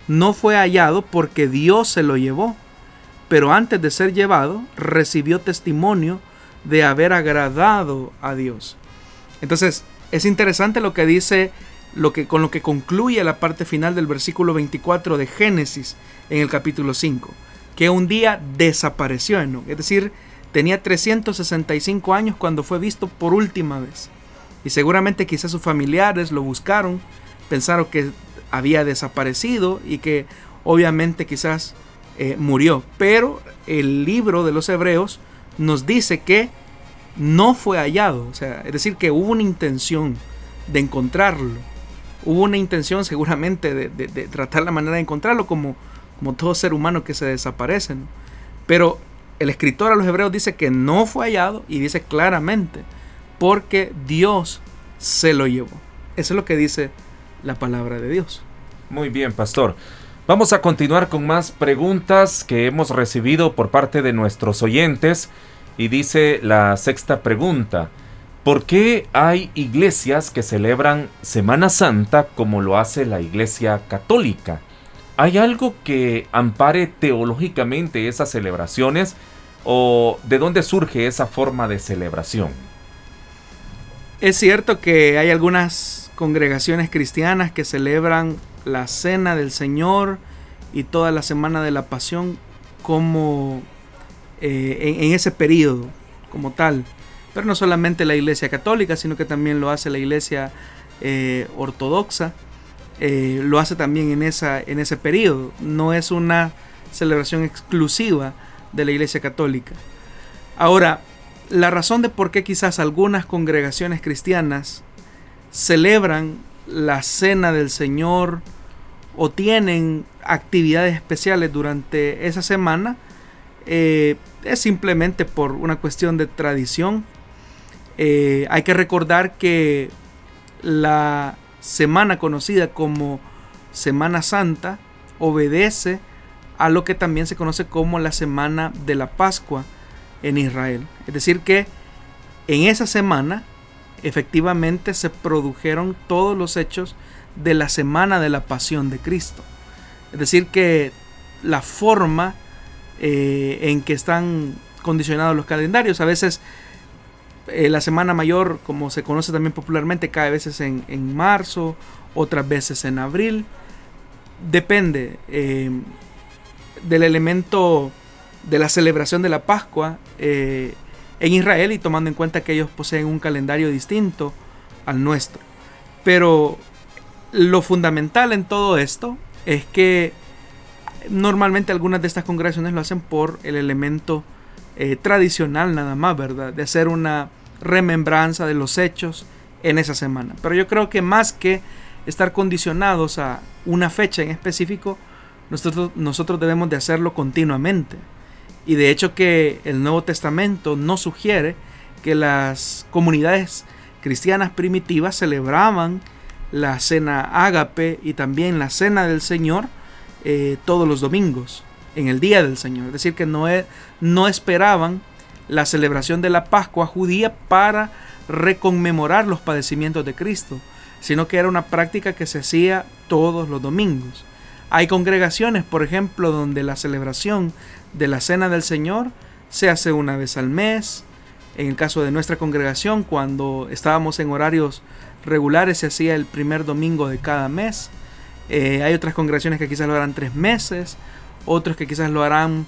Speaker 3: no fue hallado porque Dios se lo llevó, pero antes de ser llevado recibió testimonio de haber agradado a Dios. Entonces es interesante lo que dice, lo que, con lo que concluye la parte final del versículo veinticuatro de Génesis en el capítulo cinco, que un día desapareció Enoc, es decir, tenía trescientos sesenta y cinco años cuando fue visto por última vez. Y seguramente quizás sus familiares lo buscaron, pensaron que había desaparecido y que obviamente quizás eh, murió. Pero el libro de los Hebreos nos dice que no fue hallado. O sea, es decir, que hubo una intención de encontrarlo. Hubo una intención seguramente de, de, de tratar la manera de encontrarlo como, como todo ser humano que se desaparece, ¿no? Pero el escritor a los Hebreos dice que no fue hallado y dice claramente porque Dios se lo llevó. Eso es lo que dice la palabra de Dios.
Speaker 2: Muy bien, pastor. Vamos a continuar con más preguntas que hemos recibido por parte de nuestros oyentes. Y dice la sexta pregunta: ¿por qué hay iglesias que celebran Semana Santa como lo hace la Iglesia Católica? ¿Hay algo que ampare teológicamente esas celebraciones o de dónde surge esa forma de celebración?
Speaker 3: Es cierto que hay algunas congregaciones cristianas que celebran la Cena del Señor y toda la Semana de la Pasión como eh, en, en ese periodo como tal. Pero no solamente la Iglesia Católica, sino que también lo hace la Iglesia eh, Ortodoxa. Eh, lo hace también en, esa, en ese periodo. No es una celebración exclusiva de la Iglesia Católica. Ahora, la razón de por qué quizás algunas congregaciones cristianas celebran la Cena del Señor o tienen actividades especiales durante esa semana eh, es simplemente por una cuestión de tradición. Eh, hay que recordar que la semana conocida como Semana Santa obedece a lo que también se conoce como la Semana de la Pascua en Israel. Es decir que en esa semana efectivamente se produjeron todos los hechos de la Semana de la Pasión de Cristo. Es decir que la forma eh, en que están condicionados los calendarios, a veces Eh, la Semana Mayor, como se conoce también popularmente, cae a veces en, en marzo, otras veces en abril. Depende eh, del elemento de la celebración de la Pascua eh, en Israel, y tomando en cuenta que ellos poseen un calendario distinto al nuestro. Pero lo fundamental en todo esto es que normalmente algunas de estas congregaciones lo hacen por el elemento Eh, tradicional nada más, ¿verdad? De hacer una remembranza de los hechos en esa semana. Pero yo creo que más que estar condicionados a una fecha en específico, nosotros, nosotros debemos de hacerlo continuamente. Y de hecho que el Nuevo Testamento nos sugiere que las comunidades cristianas primitivas celebraban la cena ágape y también la cena del Señor eh, todos los domingos, en el día del Señor. Es decir, que no, es, no esperaban la celebración de la Pascua judía para reconmemorar los padecimientos de Cristo, sino que era una práctica que se hacía todos los domingos. Hay congregaciones, por ejemplo, donde la celebración de la Cena del Señor se hace una vez al mes. En el caso de nuestra congregación, cuando estábamos en horarios regulares, se hacía el primer domingo de cada mes. Eh, hay otras congregaciones que quizás lo harán tres meses, otros que quizás lo harán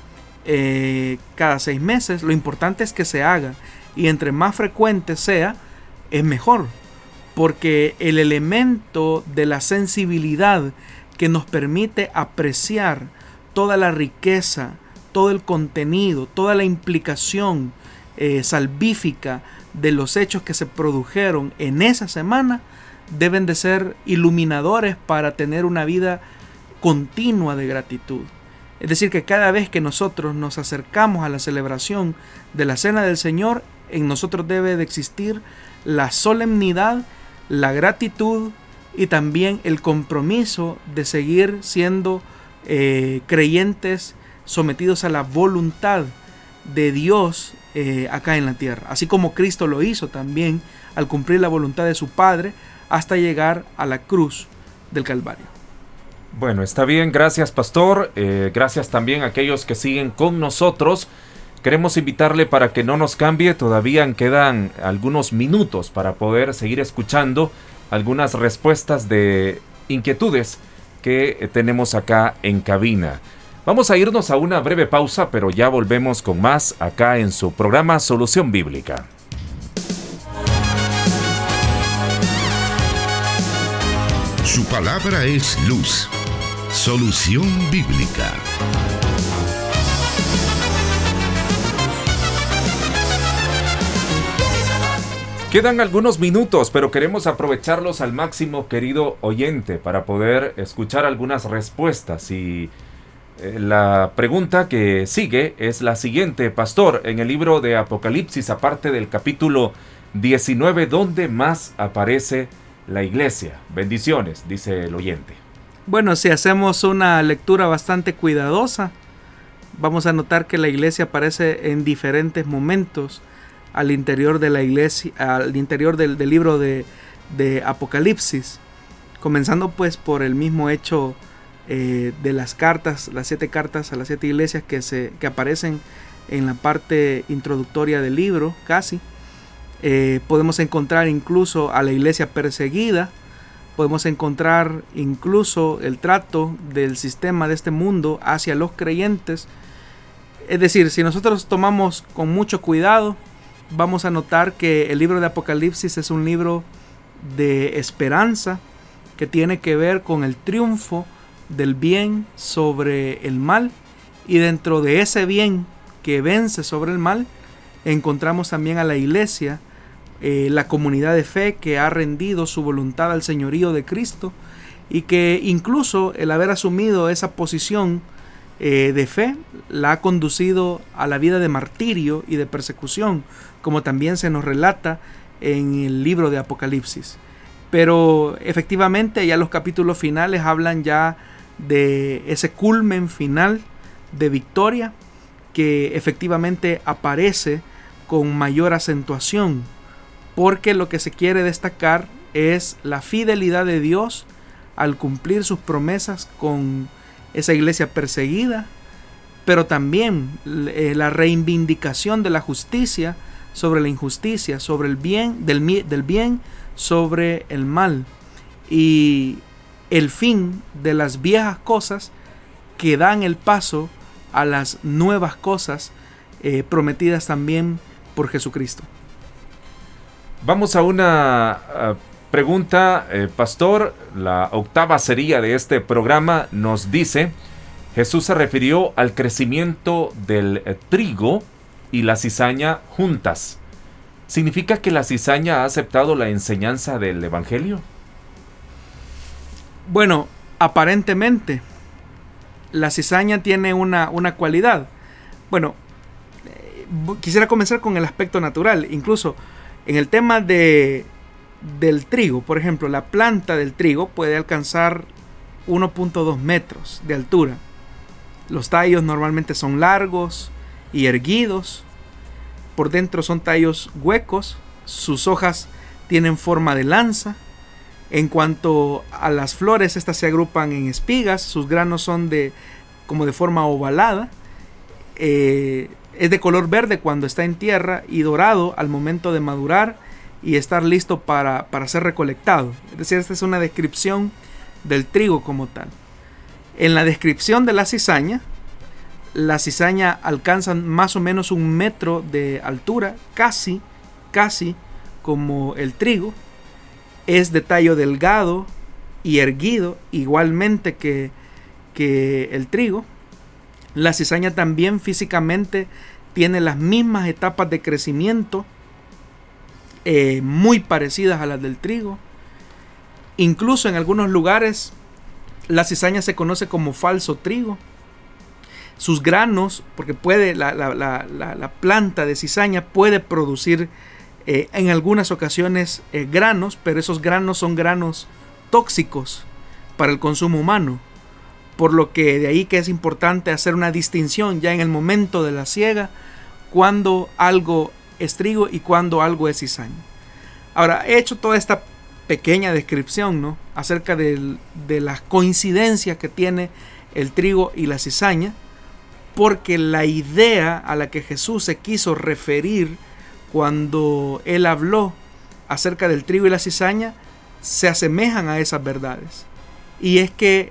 Speaker 3: eh, cada seis meses. Lo importante es que se haga, y entre más frecuente sea, es mejor, porque el elemento de la sensibilidad que nos permite apreciar toda la riqueza, todo el contenido, toda la implicación eh, salvífica de los hechos que se produjeron en esa semana, deben de ser iluminadores para tener una vida continua de gratitud. Es decir, que cada vez que nosotros nos acercamos a la celebración de la Cena del Señor, en nosotros debe de existir la solemnidad, la gratitud y también el compromiso de seguir siendo eh, creyentes sometidos a la voluntad de Dios eh, acá en la tierra. Así como Cristo lo hizo también al cumplir la voluntad de su Padre hasta llegar a la cruz del Calvario.
Speaker 2: Bueno, está bien, gracias pastor, eh, gracias también a aquellos que siguen con nosotros. Queremos invitarle para que no nos cambie, todavía quedan algunos minutos para poder seguir escuchando algunas respuestas de inquietudes que tenemos acá en cabina. Vamos a irnos a una breve pausa, pero ya volvemos con más acá en su programa Solución Bíblica.
Speaker 1: Su palabra es luz. Solución Bíblica.
Speaker 2: Quedan algunos minutos, pero queremos aprovecharlos al máximo, querido oyente, para poder escuchar algunas respuestas. Y eh, la pregunta que sigue es la siguiente. Pastor, en el libro de Apocalipsis, aparte del capítulo diecinueve, ¿dónde más aparece la iglesia? Bendiciones, dice el oyente.
Speaker 3: Bueno, si hacemos una lectura bastante cuidadosa, vamos a notar que la iglesia aparece en diferentes momentos al interior de la iglesia, al interior del, del libro de, de Apocalipsis, comenzando pues por el mismo hecho eh, de las cartas, las siete cartas a las siete iglesias que, se, que aparecen en la parte introductoria del libro, casi. Eh, podemos encontrar incluso a la iglesia perseguida, podemos encontrar incluso el trato del sistema de este mundo hacia los creyentes. Es decir, si nosotros tomamos con mucho cuidado, vamos a notar que el libro de Apocalipsis es un libro de esperanza que tiene que ver con el triunfo del bien sobre el mal, y dentro de ese bien que vence sobre el mal encontramos también a la iglesia, eh, la comunidad de fe que ha rendido su voluntad al señorío de Cristo, y que incluso el haber asumido esa posición eh, de fe la ha conducido a la vida de martirio y de persecución, como también se nos relata en el libro de Apocalipsis. Pero efectivamente ya los capítulos finales hablan ya de ese culmen final de victoria que efectivamente aparece con mayor acentuación, porque lo que se quiere destacar es la fidelidad de Dios al cumplir sus promesas con esa iglesia perseguida, pero también eh, la reivindicación de la justicia sobre la injusticia, sobre el bien, del, del bien sobre el mal, y el fin de las viejas cosas que dan el paso a las nuevas cosas eh, prometidas también por Jesucristo.
Speaker 2: Vamos a una uh, pregunta, eh, pastor. La octava serie de este programa nos dice: Jesús se refirió al crecimiento del eh, trigo y la cizaña juntas. ¿Significa que la cizaña ha aceptado la enseñanza del evangelio?
Speaker 3: Bueno, aparentemente la cizaña tiene una, una cualidad. Bueno, eh, quisiera comenzar con el aspecto natural. Incluso en el tema de, del trigo, por ejemplo, la planta del trigo puede alcanzar uno punto dos metros de altura. Los tallos normalmente son largos y erguidos. Por dentro son tallos huecos. Sus hojas tienen forma de lanza. En cuanto a las flores, estas se agrupan en espigas. Sus granos son de como de forma ovalada. Eh, es de color verde cuando está en tierra y dorado al momento de madurar y estar listo para, para ser recolectado. Es decir, esta es una descripción del trigo como tal. En la descripción de la cizaña, la cizaña alcanza más o menos un metro de altura, casi, casi como el trigo. Es de tallo delgado y erguido, igualmente que, que el trigo. La cizaña también físicamente tiene las mismas etapas de crecimiento, eh, muy parecidas a las del trigo. Incluso en algunos lugares la cizaña se conoce como falso trigo. Sus granos, porque puede la, la, la, la, la planta de cizaña puede producir eh, en algunas ocasiones eh, granos, pero esos granos son granos tóxicos para el consumo humano. Por lo que de ahí que es importante hacer una distinción ya en el momento de la siega, cuando algo es trigo y cuando algo es cizaña. Ahora, he hecho toda esta pequeña descripción, ¿no?, acerca de, de las coincidencias que tiene el trigo y la cizaña, porque la idea a la que Jesús se quiso referir cuando él habló acerca del trigo y la cizaña se asemejan a esas verdades. Y es que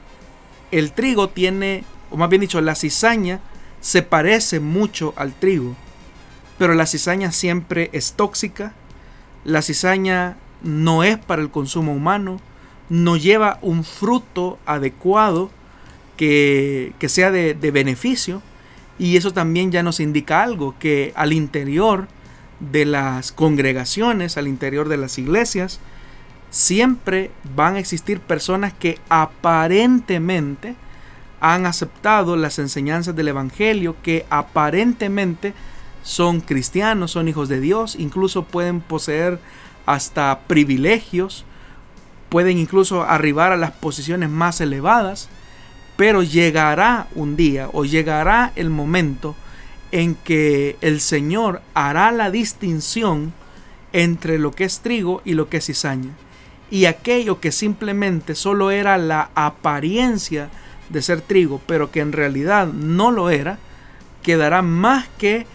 Speaker 3: el trigo tiene, o más bien dicho, la cizaña se parece mucho al trigo, pero la cizaña siempre es tóxica. La cizaña no es para el consumo humano, no lleva un fruto adecuado que, que sea de, de beneficio, y eso también ya nos indica algo, que al interior de las congregaciones, al interior de las iglesias, siempre van a existir personas que aparentemente han aceptado las enseñanzas del evangelio, que aparentemente son cristianos, son hijos de Dios, incluso pueden poseer hasta privilegios, pueden incluso arribar a las posiciones más elevadas, pero llegará un día o llegará el momento en que el Señor hará la distinción entre lo que es trigo y lo que es cizaña. Y aquello que simplemente solo era la apariencia de ser trigo, pero que en realidad no lo era, quedará más que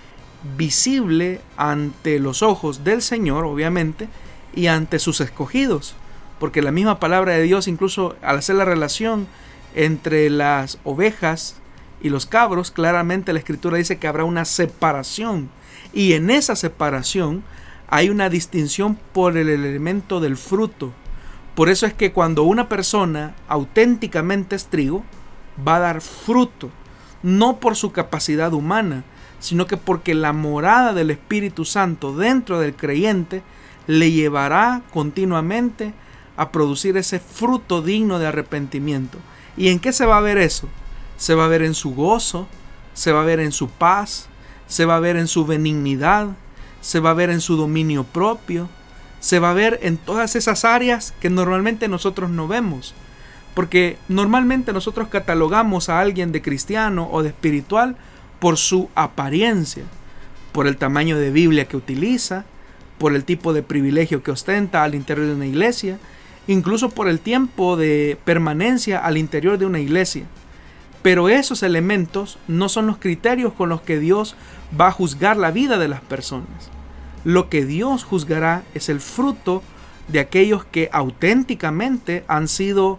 Speaker 3: visible ante los ojos del Señor, obviamente, y ante sus escogidos. Porque la misma palabra de Dios, incluso al hacer la relación entre las ovejas y los cabros, claramente la Escritura dice que habrá una separación. Y en esa separación hay una distinción por el elemento del fruto. Por eso es que cuando una persona auténticamente es trigo, va a dar fruto, no por su capacidad humana, sino que porque la morada del Espíritu Santo dentro del creyente le llevará continuamente a producir ese fruto digno de arrepentimiento. ¿Y en qué se va a ver eso? Se va a ver en su gozo, se va a ver en su paz, se va a ver en su benignidad, se va a ver en su dominio propio, se va a ver en todas esas áreas que normalmente nosotros no vemos. Porque normalmente nosotros catalogamos a alguien de cristiano o de espiritual por su apariencia, por el tamaño de Biblia que utiliza, por el tipo de privilegio que ostenta al interior de una iglesia, incluso por el tiempo de permanencia al interior de una iglesia. Pero esos elementos no son los criterios con los que Dios va a juzgar la vida de las personas. Lo que Dios juzgará es el fruto de aquellos que auténticamente han sido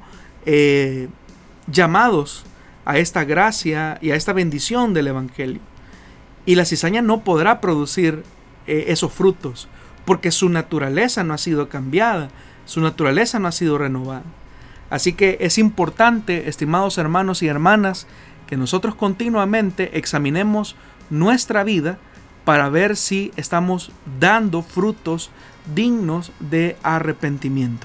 Speaker 3: eh, llamados a esta gracia y a esta bendición del evangelio. Y la cizaña no podrá producir eh, esos frutos, porque su naturaleza no ha sido cambiada, su naturaleza no ha sido renovada. Así que es importante, estimados hermanos y hermanas, que nosotros continuamente examinemos nuestra vida para ver si estamos dando frutos dignos de arrepentimiento.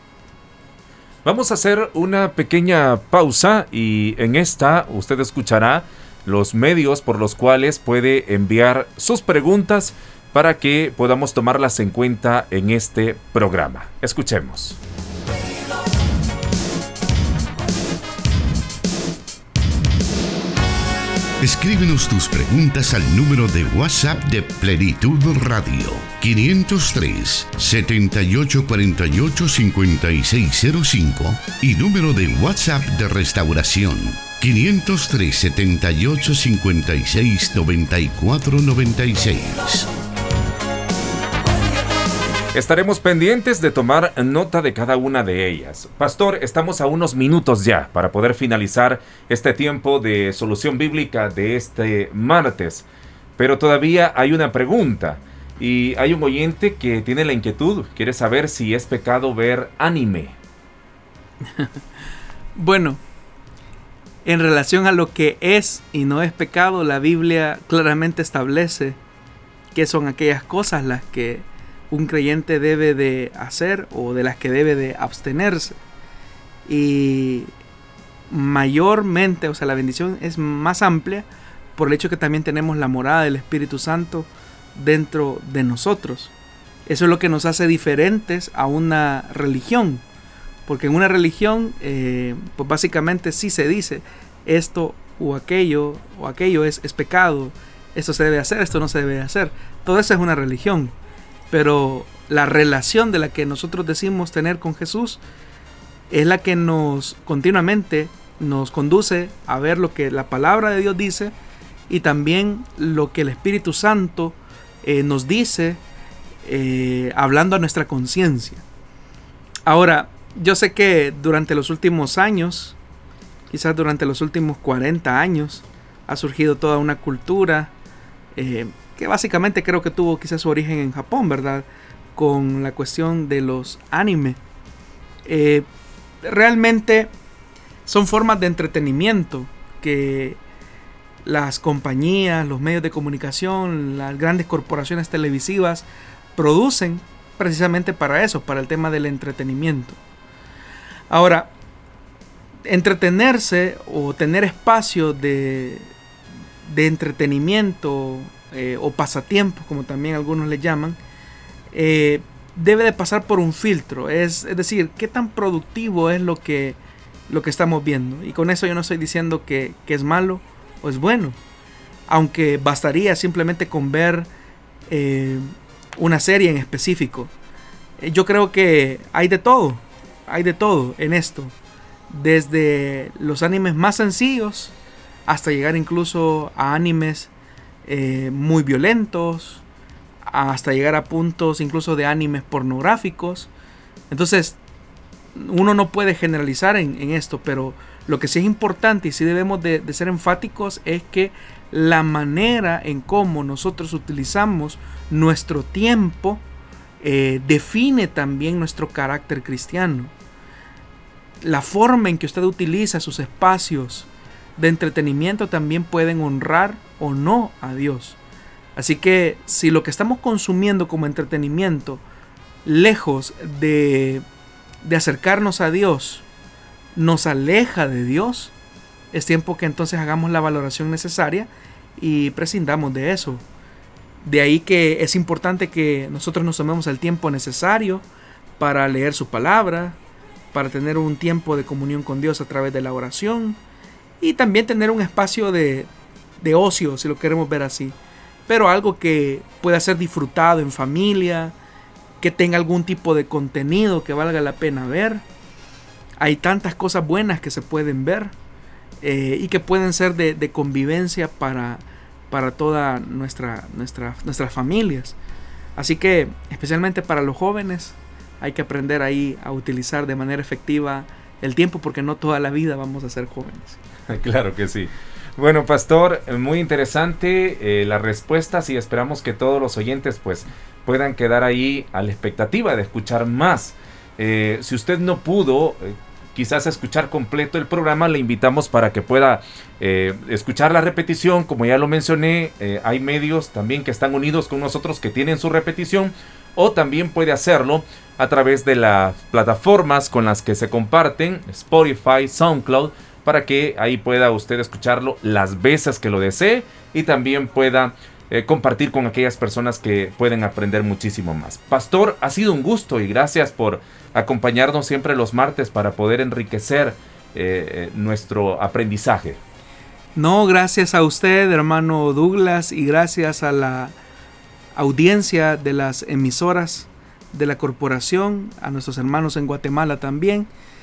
Speaker 2: Vamos a hacer una pequeña pausa y en esta usted escuchará los medios por los cuales puede enviar sus preguntas para que podamos tomarlas en cuenta en este programa. Escuchemos.
Speaker 1: Escríbenos tus preguntas al número de WhatsApp de Plenitud Radio quinientos tres, setenta y ocho cuarenta y ocho, cincuenta y seis cero cinco y número de WhatsApp de Restauración quinientos tres, setenta y ocho, cincuenta y seis, noventa y cuatro noventa y seis.
Speaker 2: Estaremos pendientes de tomar nota de cada una de ellas. Pastor, estamos a unos minutos ya para poder finalizar este tiempo de solución bíblica de este martes. Pero todavía hay una pregunta y hay un oyente que tiene la inquietud, quiere saber si es pecado ver anime.
Speaker 3: Bueno, en relación a lo que es y no es pecado, la Biblia claramente establece que son aquellas cosas las que un creyente debe de hacer o de las que debe de abstenerse. Y mayormente, o sea, la bendición es más amplia por el hecho que también tenemos la morada del Espíritu Santo dentro de nosotros. Eso es lo que nos hace diferentes a una religión, porque en una religión eh, pues básicamente sí se dice esto o aquello o aquello es, es pecado, esto se debe hacer, esto no se debe hacer. Todo eso es una religión. Pero la relación de la que nosotros decimos tener con Jesús es la que nos continuamente nos conduce a ver lo que la palabra de Dios dice y también lo que el Espíritu Santo eh, nos dice eh, hablando a nuestra conciencia. Ahora, yo sé que durante los últimos años, quizás durante los últimos cuarenta años, ha surgido toda una cultura eh, que básicamente creo que tuvo quizás su origen en Japón, ¿verdad? Con la cuestión de los anime. Eh, realmente son formas de entretenimiento que las compañías, los medios de comunicación, las grandes corporaciones televisivas producen precisamente para eso, para el tema del entretenimiento. Ahora, entretenerse o tener espacio de, de entretenimiento eh, o pasatiempos, como también algunos le llaman, eh, debe de pasar por un filtro. Es, es decir, qué tan productivo es lo que, lo que estamos viendo. Y con eso yo no estoy diciendo que, que es malo o es bueno, aunque bastaría simplemente con ver eh, una serie en específico. Eh, yo creo que hay de todo, hay de todo en esto, desde los animes más sencillos hasta llegar incluso a animes eh, muy violentos, hasta llegar a puntos incluso de animes pornográficos. Entonces uno no puede generalizar en, en esto, pero lo que sí es importante y sí debemos de, de ser enfáticos es que la manera en cómo nosotros utilizamos nuestro tiempo eh, define también nuestro carácter cristiano. La forma en que usted utiliza sus espacios de entretenimiento también pueden honrar o no a Dios. Así que si lo que estamos consumiendo como entretenimiento, lejos de, de acercarnos a Dios, nos aleja de Dios, es tiempo que entonces hagamos la valoración necesaria y prescindamos de eso. De ahí que es importante que nosotros nos tomemos el tiempo necesario para leer su palabra, para tener un tiempo de comunión con Dios a través de la oración y también tener un espacio de, de ocio, si lo queremos ver así, pero algo que pueda ser disfrutado en familia, que tenga algún tipo de contenido que valga la pena ver. Hay tantas cosas buenas que se pueden ver eh, y que pueden ser de, de convivencia para, para todas nuestra, nuestra, nuestras familias. Así que, especialmente para los jóvenes, hay que aprender ahí a utilizar de manera efectiva el tiempo, porque no toda la vida vamos a ser jóvenes.
Speaker 2: Claro que sí. Bueno, pastor, muy interesante eh, las respuestas y esperamos que todos los oyentes pues puedan quedar ahí a la expectativa de escuchar más. Eh, si usted no pudo eh, quizás escuchar completo el programa, le invitamos para que pueda eh, escuchar la repetición. Como ya lo mencioné, eh, hay medios también que están unidos con nosotros que tienen su repetición, o también puede hacerlo a través de las plataformas con las que se comparten, Spotify, SoundCloud, para que ahí pueda usted escucharlo las veces que lo desee y también pueda eh, compartir con aquellas personas que pueden aprender muchísimo más. Pastor, ha sido un gusto y gracias por acompañarnos siempre los martes para poder enriquecer eh, nuestro aprendizaje.
Speaker 3: No, gracias a usted, hermano Douglas, y gracias a la audiencia de las emisoras de la corporación, a nuestros hermanos en Guatemala también.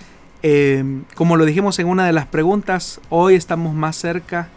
Speaker 3: Eh, como lo dijimos en una de las preguntas, hoy estamos más cerca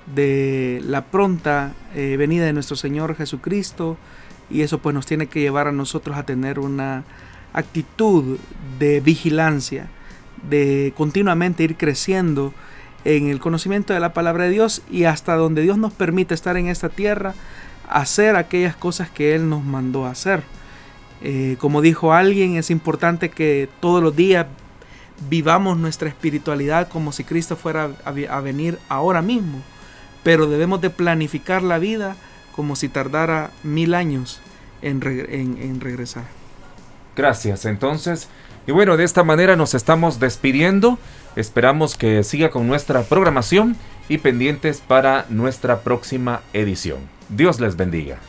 Speaker 3: de la pronta eh, venida de nuestro Señor Jesucristo, y eso pues nos tiene que llevar a nosotros a tener una actitud de vigilancia, de continuamente ir creciendo en el conocimiento de la palabra de Dios, y hasta donde Dios nos permite estar en esta tierra, hacer aquellas cosas que Él nos mandó a hacer. Eh, como dijo alguien, es importante que todos los días vivamos nuestra espiritualidad como si Cristo fuera a, a venir ahora mismo, pero debemos de planificar la vida como si tardara mil años en, re, en, en regresar.
Speaker 2: Gracias, entonces, y bueno, de esta manera nos estamos despidiendo. Esperamos que siga con nuestra programación y pendientes para nuestra próxima edición. Dios les bendiga.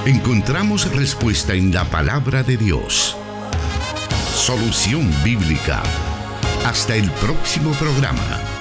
Speaker 1: encontramos respuesta en la palabra de Dios. Solución Bíblica. Hasta el próximo programa.